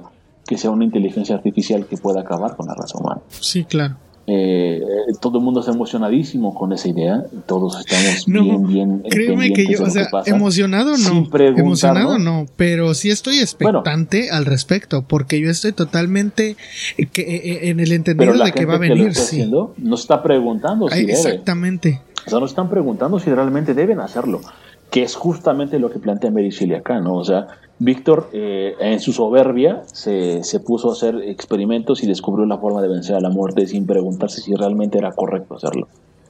que sea una inteligencia artificial que pueda acabar con la raza humana. Sí, claro. Eh, todo el mundo está emocionadísimo con esa idea, todos estamos no, bien, bien créeme que yo, o sea, que emocionado no, emocionado no, pero sí estoy expectante bueno, al respecto, porque yo estoy totalmente que, en el entendido de que va a venir. Que lo está sí. haciendo, nos está preguntando si Ay, debe. Exactamente. O sea, nos están preguntando si realmente deben hacerlo, que es justamente lo que plantea Mary Shelley acá, ¿no? O sea, Víctor, eh, en su soberbia, se, se puso a hacer experimentos y descubrió la forma de vencer a la muerte sin preguntarse si realmente era correcto hacerlo.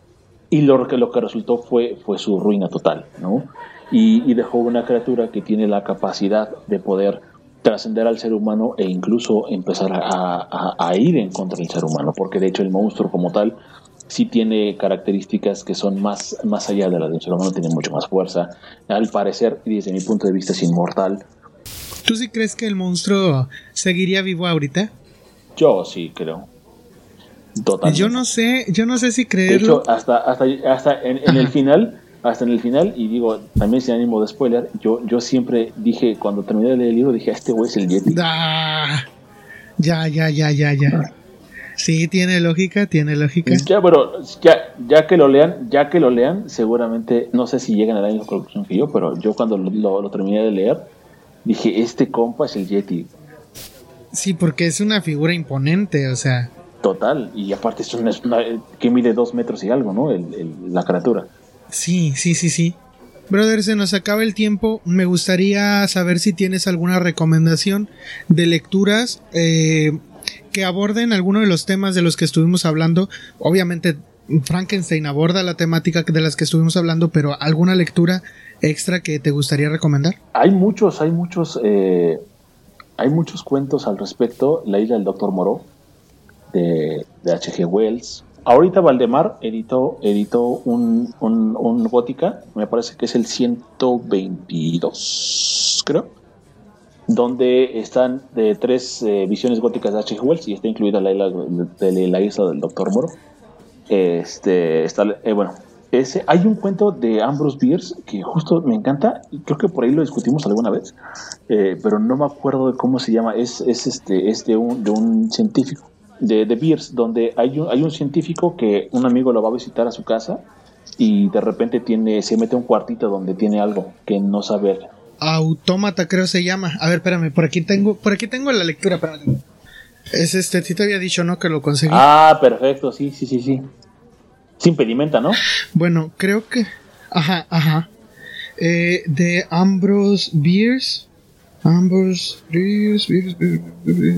Y lo que, lo que resultó fue, fue su ruina total, ¿no? Y, y dejó una criatura que tiene la capacidad de poder trascender al ser humano e incluso empezar a, a, a ir en contra del ser humano, porque de hecho el monstruo como tal sí tiene características que son más, más allá de las del ser humano, tiene mucho más fuerza. Al parecer, y desde mi punto de vista, es inmortal. ¿Tú sí crees que el monstruo seguiría vivo ahorita? Yo sí creo. Totalmente. Yo no sé, yo no sé si creerlo. De hecho, hasta, hasta, hasta en, en el final, hasta en el final, y digo, también sin ánimo de spoiler, yo, yo siempre dije, cuando terminé de leer el libro, dije, este güey es el Yeti. Ah, ya, ya, ya, ya, ya. Sí, tiene lógica, tiene lógica. Ya, pero ya, ya que lo lean, ya que lo lean, seguramente, no sé si llegan a la misma conclusión que yo, pero yo cuando lo, lo, lo terminé de leer, dije, este compa es el Yeti. Sí, porque es una figura imponente, o sea. Total, y aparte es una, es una que mide dos metros y algo, ¿no? El, el, la criatura. Sí, sí, sí, sí. Brother, se nos acaba el tiempo. Me gustaría saber si tienes alguna recomendación de lecturas eh, que aborden alguno de los temas de los que estuvimos hablando. Obviamente Frankenstein aborda la temática de las que estuvimos hablando, pero ¿alguna lectura extra que te gustaría recomendar? Hay muchos, hay muchos, eh, hay muchos cuentos al respecto. La isla del doctor Moreau de, de H G Wells. Ahorita Valdemar editó, editó un, un, un Gótica, me parece que es el ciento veintidós, creo, donde están de tres eh, visiones góticas de H G Wells y está incluida la isla de, de la isla del doctor Moreau. Este, está, eh, bueno, ese, hay un cuento de Ambrose Bierce que justo me encanta y creo que por ahí lo discutimos alguna vez, eh, pero no me acuerdo de cómo se llama. Es, es, este, es de, un, de un científico de, de Bierce, donde hay un, hay un científico que un amigo lo va a visitar a su casa y de repente tiene, se mete a un cuartito donde tiene algo que no sabe. Autómata creo se llama. A ver, espérame, por aquí tengo, por aquí tengo la lectura, espérame. Es este, sí te había dicho, ¿no? Que lo conseguí. Ah, perfecto, sí, sí, sí, sí. Sin pedimenta, ¿no? Bueno, creo que... Ajá, ajá. Eh, de Ambrose Bierce. Ambrose Bierce, Bierce, Bierce, Bierce.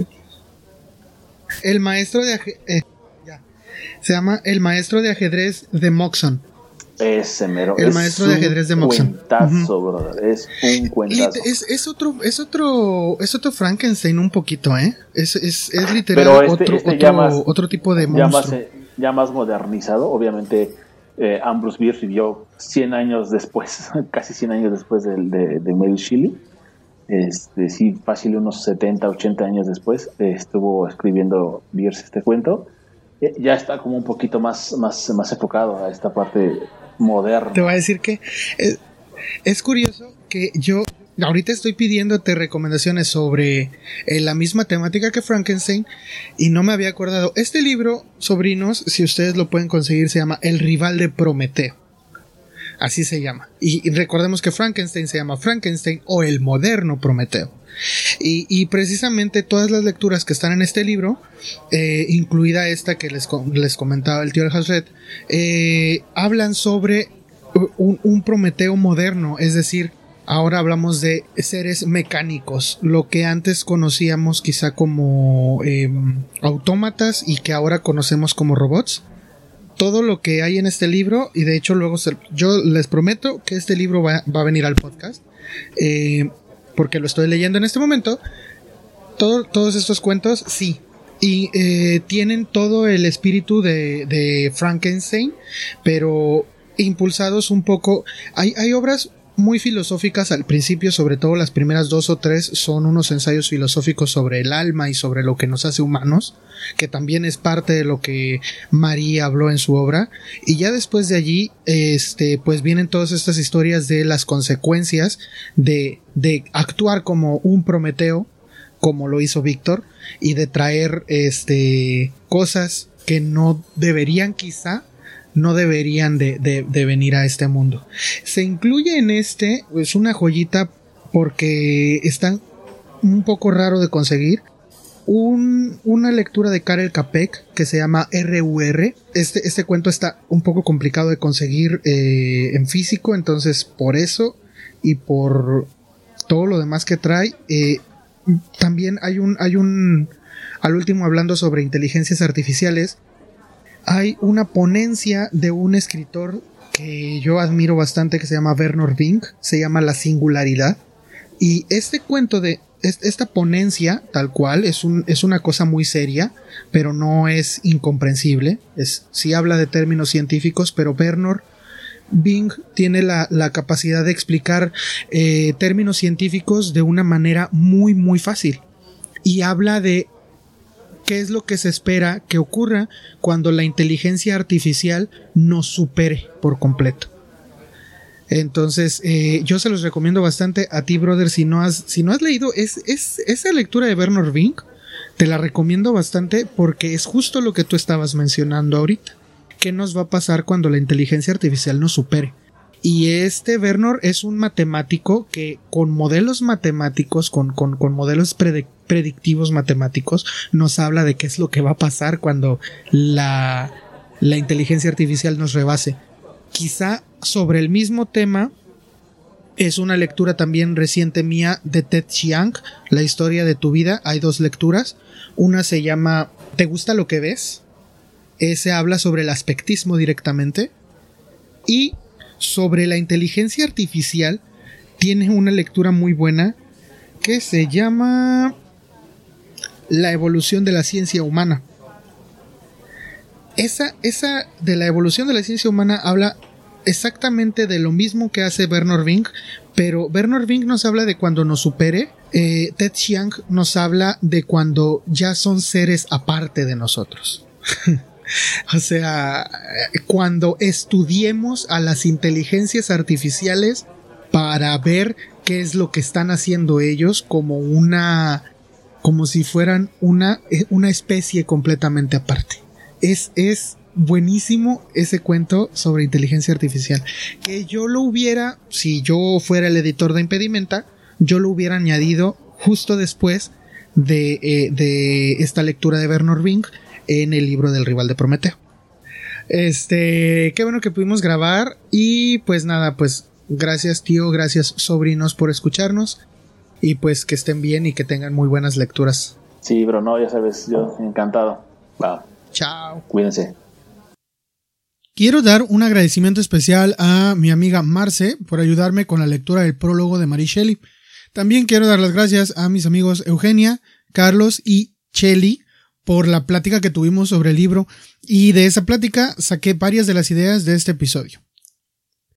El maestro de ajedrez... Eh, ya. Se llama El maestro de ajedrez de Moxon. Ese mero. El maestro de ajedrez de Moxon. Cuentazo, uh-huh. brother. Es un cuentazo. Es, es otro, es otro, es otro Frankenstein un poquito, ¿eh? Es, es, es literal Pero este, otro, este otro, más, otro tipo de monstruo. Ya más, ya más modernizado. Obviamente, eh, Ambrose Bierce vivió cien años después, casi cien años después de, de, de Mary Shelley. Este, sí, fácil unos setenta, ochenta años después, eh, estuvo escribiendo Bierce este cuento. Eh, ya está como un poquito más, más, más enfocado a esta parte moderna. Te voy a decir que es, es curioso que yo ahorita estoy pidiéndote recomendaciones sobre eh, la misma temática que Frankenstein y no me había acordado. Este libro, sobrinos, si ustedes lo pueden conseguir, se llama El rival de Prometeo. Así se llama. Y, y recordemos que Frankenstein se llama Frankenstein o el moderno Prometeo. Y, y precisamente todas las lecturas que están en este libro, eh, incluida esta que les, les comentaba el tío Alhazred, eh, hablan sobre un, un Prometeo moderno, es decir, ahora hablamos de seres mecánicos, lo que antes conocíamos quizá como eh, autómatas y que ahora conocemos como robots. Todo lo que hay en este libro, y de hecho luego se, yo les prometo que este libro va, va a venir al podcast, eh, porque lo estoy leyendo en este momento. Todo, todos estos cuentos, sí, y eh, tienen todo el espíritu de, de Frankenstein, pero impulsados un poco. Hay, hay obras muy filosóficas al principio, sobre todo las primeras dos o tres son unos ensayos filosóficos sobre el alma y sobre lo que nos hace humanos, que también es parte de lo que Marie habló en su obra, y ya después de allí este pues vienen todas estas historias de las consecuencias de, de actuar como un Prometeo, como lo hizo Víctor, y de traer este cosas que no deberían quizá no deberían de, de, de venir a este mundo. Se incluye en este, es una joyita porque está un poco raro de conseguir, un, una lectura de Karel Capek que se llama R U R. Este, este cuento está un poco complicado de conseguir eh, en físico, entonces por eso y por todo lo demás que trae, eh, también hay un, hay un, al último hablando sobre inteligencias artificiales, hay una ponencia de un escritor que yo admiro bastante que se llama Bernard Bing, se llama La Singularidad, y este cuento de esta ponencia tal cual es, un, es una cosa muy seria, pero no es incomprensible, es, sí habla de términos científicos, pero Bernard Bing tiene la, la capacidad de explicar eh, términos científicos de una manera muy muy fácil, y habla de qué es lo que se espera que ocurra cuando la inteligencia artificial nos supere por completo. Entonces eh, yo se los recomiendo bastante a ti, brother. Si no has, si no has leído es, es, esa lectura de Bernard Bing, te la recomiendo bastante porque es justo lo que tú estabas mencionando ahorita. ¿Qué nos va a pasar cuando la inteligencia artificial nos supere? Y este Bernard es un matemático que con modelos matemáticos, con, con, con modelos predic- predictivos matemáticos, nos habla de qué es lo que va a pasar cuando la, la inteligencia artificial nos rebase. Quizá sobre el mismo tema es una lectura también reciente mía de Ted Chiang, La historia de tu vida. Hay dos lecturas. Una se llama ¿Te gusta lo que ves? Ese habla sobre el aspectismo directamente. Y sobre la inteligencia artificial tiene una lectura muy buena que se llama La evolución de la ciencia humana. Esa, esa de la evolución de la ciencia humana habla exactamente de lo mismo que hace Bernard Bing, pero Bernard Bing nos habla de cuando nos supere, eh, Ted Chiang nos habla de cuando ya son seres aparte de nosotros. O sea, cuando estudiemos a las inteligencias artificiales para ver qué es lo que están haciendo ellos como una, como si fueran una, una especie completamente aparte. Es, es buenísimo ese cuento sobre inteligencia artificial. Que yo lo hubiera, si yo fuera el editor de Impedimenta, yo lo hubiera añadido justo después de, eh, de esta lectura de Bernard Bing en el libro del rival de Prometeo. Este, qué bueno que pudimos grabar. Y pues nada, pues gracias tío, gracias sobrinos por escucharnos. Y pues que estén bien y que tengan muy buenas lecturas. Sí, bro, no, ya sabes, yo encantado. Wow. Chao. Cuídense. Quiero dar un agradecimiento especial a mi amiga Marce por ayudarme con la lectura del prólogo de Mary Shelley. También quiero dar las gracias a mis amigos Eugenia, Carlos y Cheli por la plática que tuvimos sobre el libro, y de esa plática saqué varias de las ideas de este episodio.